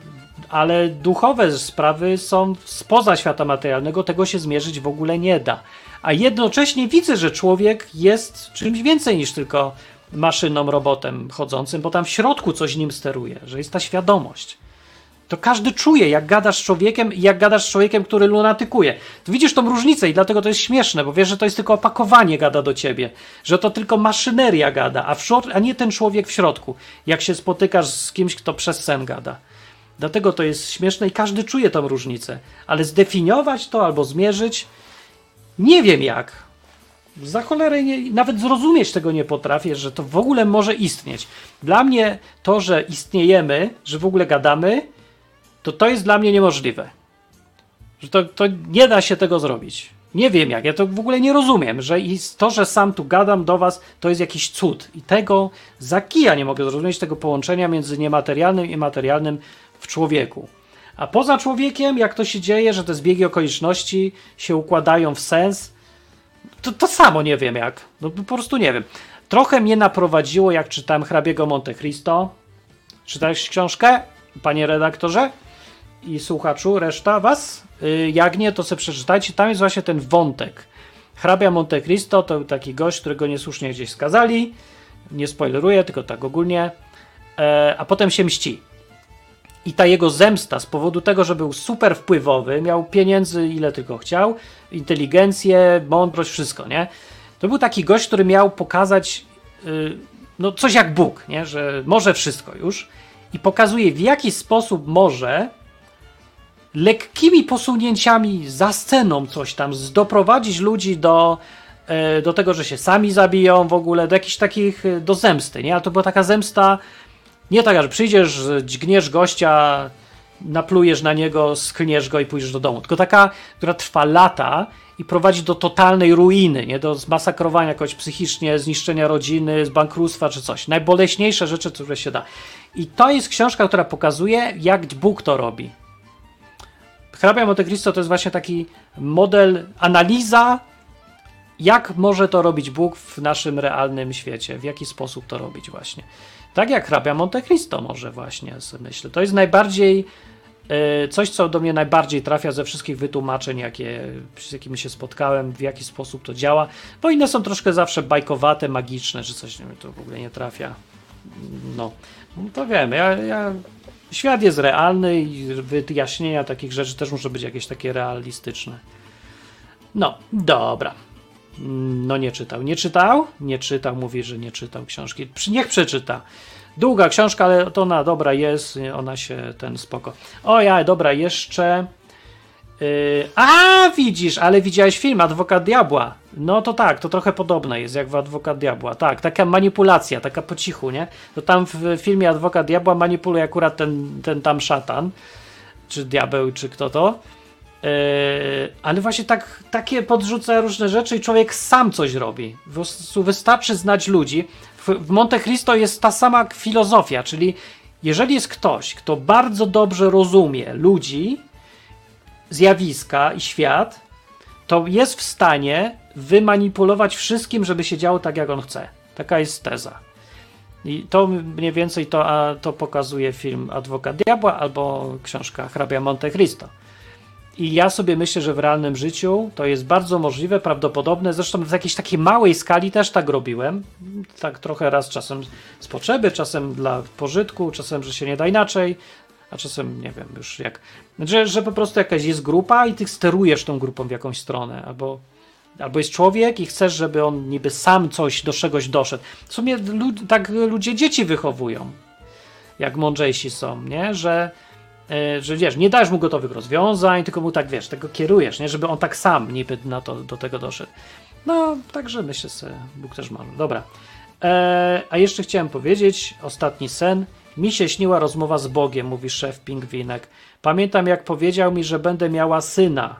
Ale duchowe sprawy są spoza świata materialnego, tego się zmierzyć w ogóle nie da. A jednocześnie widzę, że człowiek jest czymś więcej niż tylko maszyną, robotem chodzącym, bo tam w środku coś nim steruje, że jest ta świadomość. To każdy czuje, jak gadasz z człowiekiem i jak gadasz z człowiekiem, który lunatykuje. To widzisz tą różnicę i dlatego to jest śmieszne, bo wiesz, że to jest tylko opakowanie gada do ciebie, że to tylko maszyneria gada, a nie ten człowiek w środku, jak się spotykasz z kimś, kto przez sen gada. Dlatego to jest śmieszne i każdy czuje tą różnicę. Ale zdefiniować to albo zmierzyć, nie wiem jak. Za cholerę nawet zrozumieć tego nie potrafię, że to w ogóle może istnieć. Dla mnie to, że istniejemy, że w ogóle gadamy, to jest dla mnie niemożliwe. Że to nie da się tego zrobić. Nie wiem jak, ja to w ogóle nie rozumiem, że to, że sam tu gadam do was, to jest jakiś cud. I tego za kija nie mogę zrozumieć, tego połączenia między niematerialnym i materialnym w człowieku. A poza człowiekiem, jak to się dzieje, że te zbiegi okoliczności się układają w sens, to samo nie wiem jak. No po prostu nie wiem. Trochę mnie naprowadziło, jak czytałem Hrabiego Monte Cristo. Czytałeś książkę, panie redaktorze? I słuchaczu, reszta was? Jak nie, to sobie przeczytajcie. Tam jest właśnie ten wątek. Hrabia Monte Cristo to był taki gość, którego niesłusznie gdzieś skazali. Nie spoileruję, tylko tak ogólnie. A potem się mści. I ta jego zemsta z powodu tego, że był super wpływowy, miał pieniędzy ile tylko chciał, inteligencję, mądrość, wszystko, nie? To był taki gość, który miał pokazać coś jak Bóg, nie? Że może wszystko już. I pokazuje, w jaki sposób może lekkimi posunięciami za sceną coś tam doprowadzić ludzi do tego, że się sami zabiją w ogóle, do jakichś takich, do zemsty, nie? Ale to była taka zemsta nie taka, że przyjdziesz, dźgniesz gościa, naplujesz na niego, schlniesz go i pójdziesz do domu, tylko taka, która trwa lata i prowadzi do totalnej ruiny, nie? Do zmasakrowania jakoś psychicznie, zniszczenia rodziny, z bankructwa czy coś. Najboleśniejsze rzeczy, które się da. I to jest książka, która pokazuje, jak Bóg to robi. Hrabia Monte Cristo to jest właśnie taki model, analiza, jak może to robić Bóg w naszym realnym świecie, w jaki sposób to robić właśnie. Tak jak Hrabia Monte Cristo może właśnie, sobie myślę. To jest najbardziej coś, co do mnie najbardziej trafia ze wszystkich wytłumaczeń, z jakimi się spotkałem, w jaki sposób to działa, bo inne są troszkę zawsze bajkowate, magiczne, że coś mi to w ogóle nie trafia. No to wiem, świat jest realny i wyjaśnienia takich rzeczy też muszą być jakieś takie realistyczne. No, dobra. No nie czytał. Nie czytał? Nie czytał, mówi, że nie czytał książki. Niech przeczyta. Długa książka, ale to ona dobra jest, ona się spoko. O ja, dobra, jeszcze... widzisz, ale widziałeś film Adwokat Diabła. No to tak, to trochę podobne jest jak w Adwokat Diabła. Tak, taka manipulacja, taka po cichu, nie? To tam w filmie Adwokat Diabła manipuluje akurat ten tam szatan, czy diabeł, czy kto to. Ale właśnie takie podrzuca różne rzeczy i człowiek sam coś robi. Po prostu wystarczy znać ludzi. W Monte Cristo jest ta sama filozofia, czyli jeżeli jest ktoś, kto bardzo dobrze rozumie ludzi, zjawiska i świat, to jest w stanie wymanipulować wszystkim, żeby się działo tak, jak on chce. Taka jest teza. I to mniej więcej to pokazuje film Adwokat Diabła albo książka Hrabia Monte Cristo. I ja sobie myślę, że w realnym życiu to jest bardzo możliwe, prawdopodobne. Zresztą w jakiejś takiej małej skali też tak robiłem. Tak trochę raz czasem z potrzeby, czasem dla pożytku, czasem, że się nie da inaczej, a czasem nie wiem już jak. Że po prostu jakaś jest grupa i ty sterujesz tą grupą w jakąś stronę. Albo jest człowiek i chcesz, żeby on niby sam do czegoś doszedł. W sumie tak ludzie dzieci wychowują. Jak mądrzejsi są, nie? Że wiesz, nie dajesz mu gotowych rozwiązań, tylko mu tak, wiesz, tego kierujesz, nie? Żeby on tak sam niby do tego doszedł. No, także myślę sobie, Bóg też ma. Dobra. A jeszcze chciałem powiedzieć, ostatni sen. Mi się śniła rozmowa z Bogiem, mówi szef Pingwinek. Pamiętam, jak powiedział mi, że będę miała syna.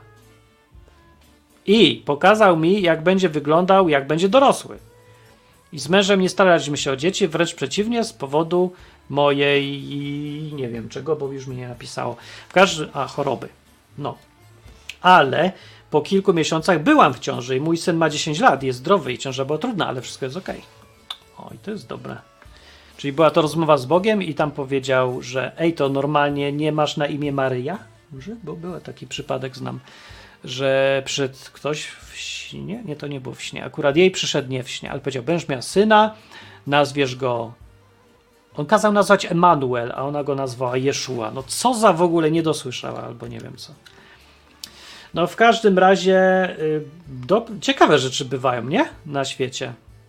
I pokazał mi, jak będzie wyglądał, jak będzie dorosły. I z mężem nie staraliśmy się o dzieci, wręcz przeciwnie, z powodu mojej, nie wiem czego, bo już mi nie napisało. Choroby. No. Ale po kilku miesiącach byłam w ciąży i mój syn ma 10 lat, jest zdrowy i ciąża była trudna, ale wszystko jest okej. Oj, to jest dobre. Czyli była to rozmowa z Bogiem i tam powiedział, że to normalnie nie masz na imię Maryja? Może? Bo był taki przypadek, znam, że przyszedł ktoś w śnie, nie, to nie było w śnie, akurat jej przyszedł nie w śnie, ale powiedział, będziesz miała syna, nazwiesz go, on kazał nazwać Emanuel, a ona go nazwała Jeszua. No co za w ogóle nie dosłyszała, albo nie wiem co. No w każdym razie ciekawe rzeczy bywają, nie? Na świecie.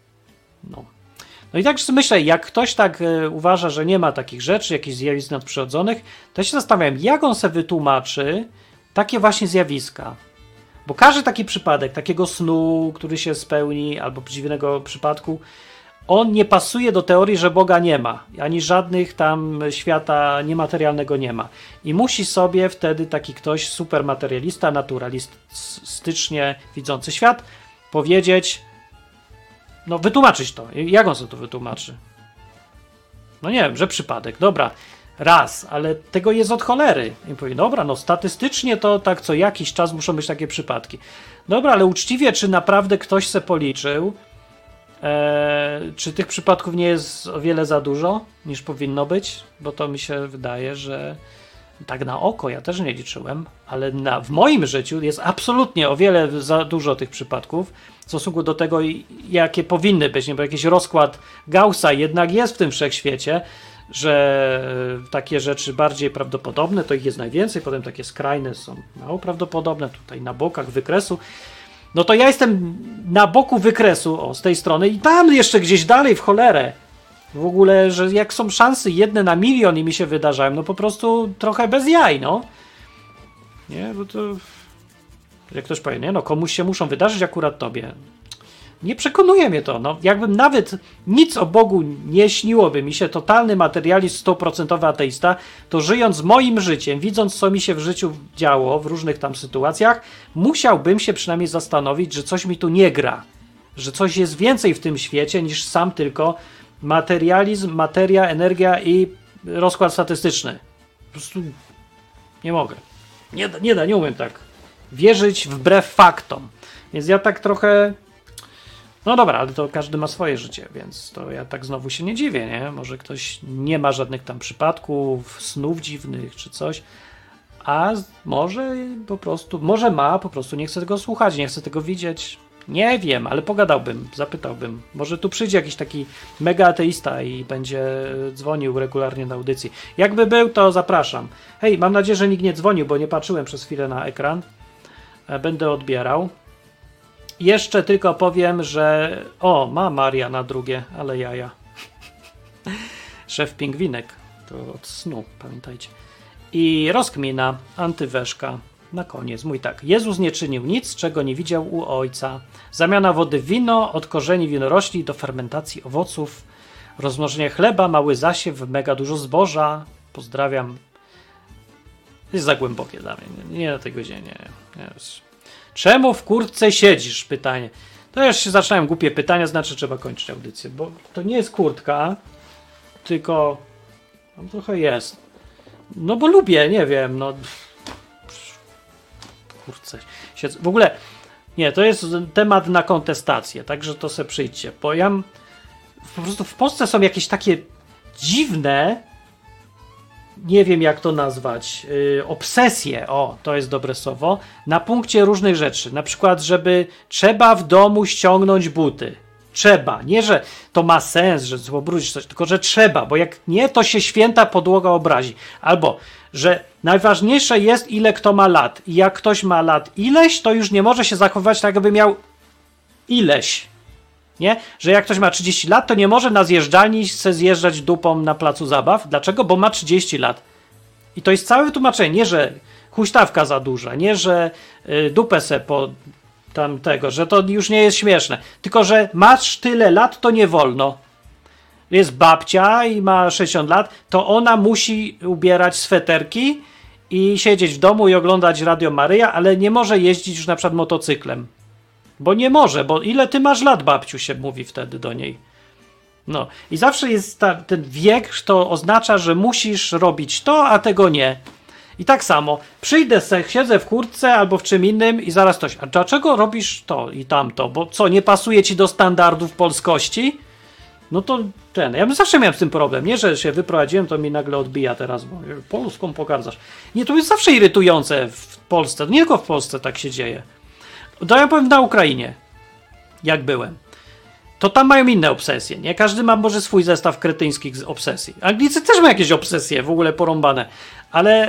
No i tak myślę, jak ktoś tak uważa, że nie ma takich rzeczy, jakichś zjawisk nadprzyrodzonych, to się zastanawiam, jak on sobie wytłumaczy takie właśnie zjawiska. Bo każdy taki przypadek, takiego snu, który się spełni, albo dziwnego przypadku, on nie pasuje do teorii, że Boga nie ma, ani żadnych tam świata niematerialnego nie ma. I musi sobie wtedy taki ktoś supermaterialista, naturalistycznie widzący świat powiedzieć, wytłumaczyć to. Jak on sobie to wytłumaczy? No nie wiem, że przypadek. Dobra, raz, ale tego jest od cholery. I powie, dobra, statystycznie to tak co jakiś czas muszą być takie przypadki. Dobra, ale uczciwie, czy naprawdę ktoś se policzył, czy tych przypadków nie jest o wiele za dużo, niż powinno być? Bo to mi się wydaje, że tak na oko, ja też nie liczyłem, ale w moim życiu jest absolutnie o wiele za dużo tych przypadków w stosunku do tego, jakie powinny być, nie? Bo jakiś rozkład Gaussa jednak jest w tym wszechświecie, że takie rzeczy bardziej prawdopodobne, to ich jest najwięcej, potem takie skrajne są mało prawdopodobne, tutaj na bokach wykresu. No to ja jestem na boku wykresu, z tej strony i tam jeszcze gdzieś dalej w cholerę. W ogóle, że jak są szanse 1 na 1 000 000 i mi się wydarzają, po prostu trochę bez jaj, Nie, bo to... Jak ktoś powie, nie, komuś się muszą wydarzyć, akurat tobie. Nie przekonuje mnie to, Jakbym nawet nic o Bogu nie śniłoby mi się, totalny materializm, 100% ateista, to żyjąc moim życiem, widząc co mi się w życiu działo, w różnych tam sytuacjach, musiałbym się przynajmniej zastanowić, że coś mi tu nie gra. Że coś jest więcej w tym świecie niż sam tylko materializm, materia, energia i rozkład statystyczny. Po prostu nie mogę. Nie umiem tak wierzyć wbrew faktom. Więc ja tak trochę... No dobra, ale to każdy ma swoje życie, więc to ja tak znowu się nie dziwię, nie? Może ktoś nie ma żadnych tam przypadków, snów dziwnych czy coś, a może po prostu nie chce tego słuchać, nie chce tego widzieć. Nie wiem, ale pogadałbym, zapytałbym. Może tu przyjdzie jakiś taki mega ateista i będzie dzwonił regularnie na audycji. Jakby był, to zapraszam. Hej, mam nadzieję, że nikt nie dzwonił, bo nie patrzyłem przez chwilę na ekran. Będę odbierał. Jeszcze tylko powiem, że... O, ma Maria na drugie, ale jaja. Szef pingwinek. To od snu, pamiętajcie. I rozkmina, antyweszka. Na koniec, mój tak. Jezus nie czynił nic, czego nie widział u Ojca. Zamiana wody w wino, od korzeni winorośli do fermentacji owoców, rozmnożenie chleba, mały zasiew, mega dużo zboża. Pozdrawiam. Jest za głębokie dla mnie. Nie na tej godzinie. Nie. Czemu w kurtce siedzisz? Pytanie. To już się zaczynają głupie pytania, znaczy trzeba kończyć audycję, bo to nie jest kurtka, tylko tam trochę jest. No bo lubię, nie wiem, no kurczę, siedzę. W ogóle nie, to jest temat na kontestację, także to se przyjdźcie, bo ja po prostu w Polsce są jakieś takie dziwne, nie wiem jak to nazwać, obsesje, o, to jest dobre słowo, na punkcie różnych rzeczy, na przykład, żeby trzeba w domu ściągnąć buty. Trzeba, nie, że to ma sens, że pobrudzisz coś, tylko że trzeba, bo jak nie, to się święta podłoga obrazi. Albo, że najważniejsze jest, ile kto ma lat. I jak ktoś ma lat ileś, to już nie może się zachowywać tak, jakby miał ileś. Nie? Że jak ktoś ma 30 lat, to nie może na zjeżdżalni chce zjeżdżać dupą na placu zabaw. Dlaczego? Bo ma 30 lat. I to jest całe wytłumaczenie. Nie, że huśtawka za duża, nie, że dupę se po tamtego, że to już nie jest śmieszne. Tylko, że masz tyle lat, to nie wolno. Jest babcia i ma 60 lat, to ona musi ubierać sweterki i siedzieć w domu i oglądać Radio Maryja, ale nie może jeździć już na przykład motocyklem. Bo nie może, bo ile ty masz lat, babciu, się mówi wtedy do niej. No i zawsze jest ten wiek, to oznacza, że musisz robić to, a tego nie. I tak samo, przyjdę siedzę w kurtce albo w czym innym i zaraz coś, a dlaczego robisz to i tamto? Bo co, nie pasuje ci do standardów polskości? No to ja zawsze miałem z tym problem, nie, że się wyprowadziłem, to mi nagle odbija teraz, bo polską pogardasz. Nie, to jest zawsze irytujące w Polsce, nie tylko w Polsce tak się dzieje. To ja powiem na Ukrainie, jak byłem. To tam mają inne obsesje, nie? Każdy ma może swój zestaw kretyńskich obsesji. Anglicy też mają jakieś obsesje, w ogóle porąbane, ale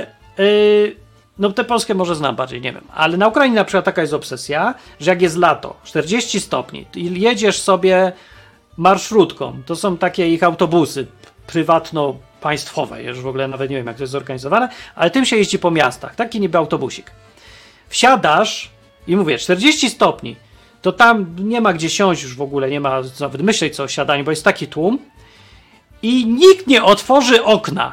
no te polskie może znam bardziej, nie wiem. Ale na Ukrainie na przykład taka jest obsesja, że jak jest lato, 40 stopni i jedziesz sobie marszrutką, to są takie ich autobusy prywatno-państwowe, już w ogóle nawet nie wiem jak to jest zorganizowane, ale tym się jeździ po miastach, taki niby autobusik. Wsiadasz i mówię, 40 stopni, to tam nie ma gdzie siąść już w ogóle, nie ma nawet myśleć co o siadaniu, bo jest taki tłum i nikt nie otworzy okna.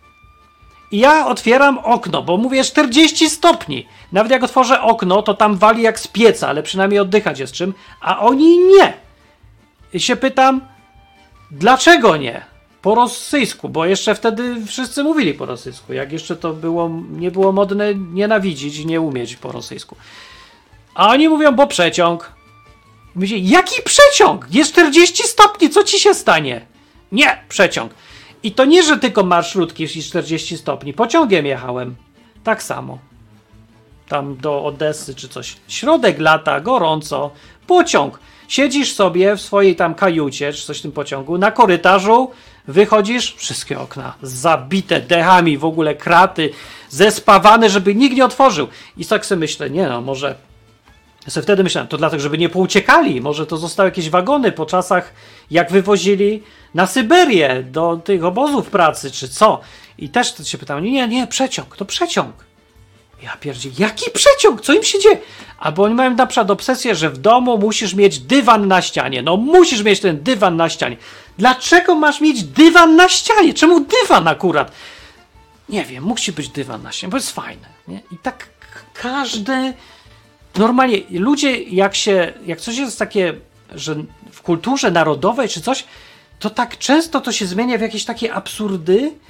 I ja otwieram okno, bo mówię 40 stopni. Nawet jak otworzę okno, to tam wali jak z pieca, ale przynajmniej oddychać jest czym, a oni nie. I się pytam, dlaczego nie? Po rosyjsku, bo jeszcze wtedy wszyscy mówili po rosyjsku, jak jeszcze to nie było modne nienawidzić i nie umieć po rosyjsku. A oni mówią, bo przeciąg. Mówię, jaki przeciąg? Jest 40 stopni, co ci się stanie? Nie, przeciąg. I to nie, że tylko marszrutki i 40 stopni. Pociągiem jechałem. Tak samo. Tam do Odessy czy coś. Środek lata, gorąco. Pociąg. Siedzisz sobie w swojej tam kajucie, czy coś w tym pociągu, na korytarzu, wychodzisz, wszystkie okna zabite dechami, w ogóle kraty, zespawane, żeby nikt nie otworzył. I tak sobie myślę, nie no, może... Ja sobie wtedy myślałem, to dlatego, żeby nie pouciekali, może to zostały jakieś wagony po czasach, jak wywozili na Syberię, do tych obozów pracy, czy co. I też się pytałem, nie, przeciąg, to przeciąg. Ja pierdzielę, jaki przeciąg? Co im się dzieje? Albo oni mają na przykład obsesję, że w domu musisz mieć dywan na ścianie. No musisz mieć ten dywan na ścianie. Dlaczego masz mieć dywan na ścianie? Czemu dywan akurat? Nie wiem, musi być dywan na ścianie, bo jest fajne. Nie? I tak każdy... Normalnie ludzie, jak coś jest takie, że w kulturze narodowej czy coś, to tak często to się zmienia w jakieś takie absurdy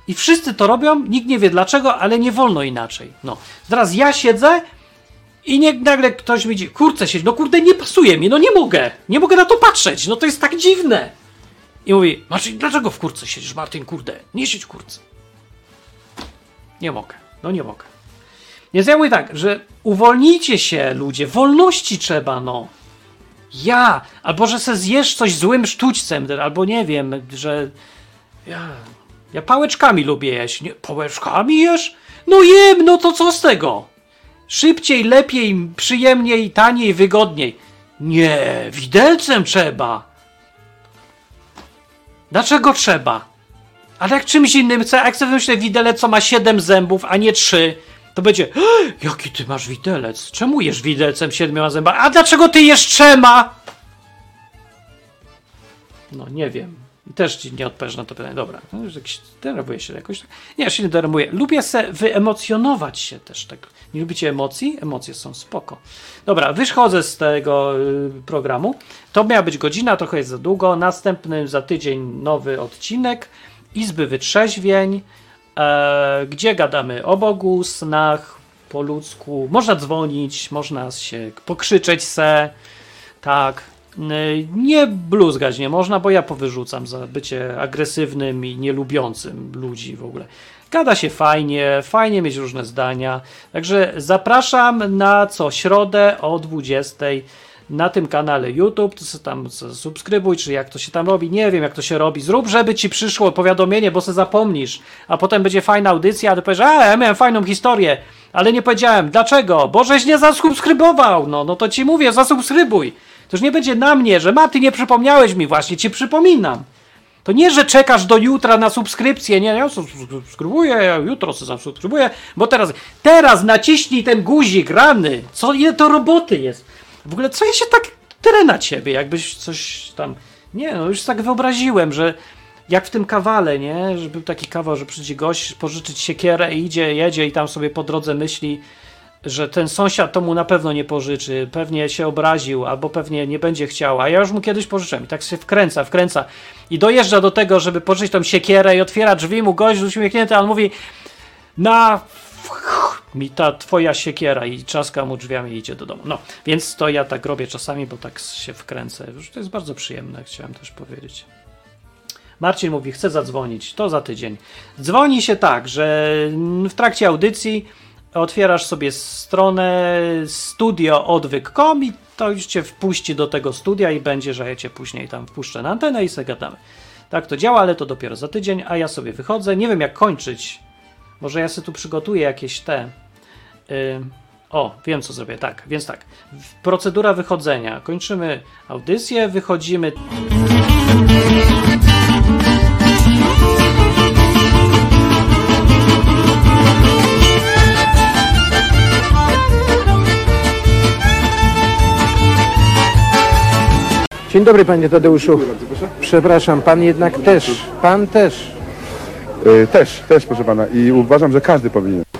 I wszyscy to robią, nikt nie wie dlaczego, ale nie wolno inaczej. No, teraz ja siedzę i nagle ktoś mi mówi, kurczę siedź, no kurde, nie pasuje mi, no nie mogę na to patrzeć, no to jest tak dziwne. I mówi, Marcin, dlaczego w kurce siedzisz, Martin, kurde, nie siedź w kurce. Nie mogę. Więc ja mówię tak, że uwolnijcie się, ludzie, wolności trzeba, no. Albo że se zjesz coś złym sztućcem, albo nie wiem, że ja pałeczkami lubię jeść. Nie, pałeczkami jesz? No jem, no to co z tego? Szybciej, lepiej, przyjemniej, taniej, wygodniej. Nie, widelcem trzeba. Dlaczego trzeba? Ale jak czymś innym chcę, jak chcę wymyśleć widelec, co ma 7 zębów, a nie 3, to będzie, jaki ty masz widelec? Czemu jesz widelcem 7 zębami? A dlaczego ty jesz 3? No nie wiem. Też ci nie odpowiesz na to pytanie. Dobra, no, denerwuję się jakoś. Nie, ja się nie denerwuję. Lubię wyemocjonować się też. Tak. Nie lubicie emocji? Emocje są spoko. Dobra, wychodzę z tego programu. To miała być godzina, trochę jest za długo. Następny za tydzień nowy odcinek Izby Wytrzeźwień, gdzie gadamy o Bogu, snach, po ludzku. Można dzwonić, można się pokrzyczeć tak. Nie bluzgać nie można, bo ja powyrzucam za bycie agresywnym i nielubiącym ludzi w ogóle. Gada się fajnie mieć różne zdania. Także zapraszam na środę o 20 na tym kanale YouTube. To tam subskrybuj, czy jak to się tam robi. Nie wiem, jak to się robi. Zrób, żeby ci przyszło powiadomienie, bo se zapomnisz. A potem będzie fajna audycja, a ty powiesz, ja miałem fajną historię, ale nie powiedziałem. Dlaczego? Bo żeś nie zasubskrybował. No to ci mówię, zasubskrybuj. To już nie będzie na mnie, że ty nie przypomniałeś mi, właśnie ci przypominam. To nie, że czekasz do jutra na subskrypcję, nie, ja subskrybuję, ja jutro sobie zasubskrybuję, bo teraz naciśnij ten guzik rany, ile to roboty jest. W ogóle co ja się tak tyle na ciebie, jakbyś coś tam, nie, no już tak wyobraziłem, że jak w tym kawale, nie, że był taki kawał, że przyjdzie gość pożyczyć siekierę i jedzie i tam sobie po drodze myśli, że ten sąsiad to mu na pewno nie pożyczy, pewnie się obraził, albo pewnie nie będzie chciał, a ja już mu kiedyś pożyczę. I tak się wkręca i dojeżdża do tego, żeby pożyczyć tą siekierę i otwiera drzwi mu gość uśmiechnięty, a on mówi mi ta twoja siekiera i trzaska mu drzwiami i idzie do domu. No, więc to ja tak robię czasami, bo tak się wkręcę. To jest bardzo przyjemne, chciałem też powiedzieć. Marcin mówi, chce zadzwonić, to za tydzień. Dzwoni się tak, że w trakcie audycji otwierasz sobie stronę studioodwyk.com i to już cię wpuści do tego studia i będzie, że ja cię później tam wpuszczę na antenę i sobie gadamy. Tak to działa, ale to dopiero za tydzień, a ja sobie wychodzę. Nie wiem jak kończyć. Może ja sobie tu przygotuję jakieś wiem co zrobię. Tak, więc tak. Procedura wychodzenia. Kończymy audycję, wychodzimy. Dzień dobry, panie Tadeuszu. Przepraszam, pan jednak też. Pan też. Też, proszę pana. I uważam, że każdy powinien.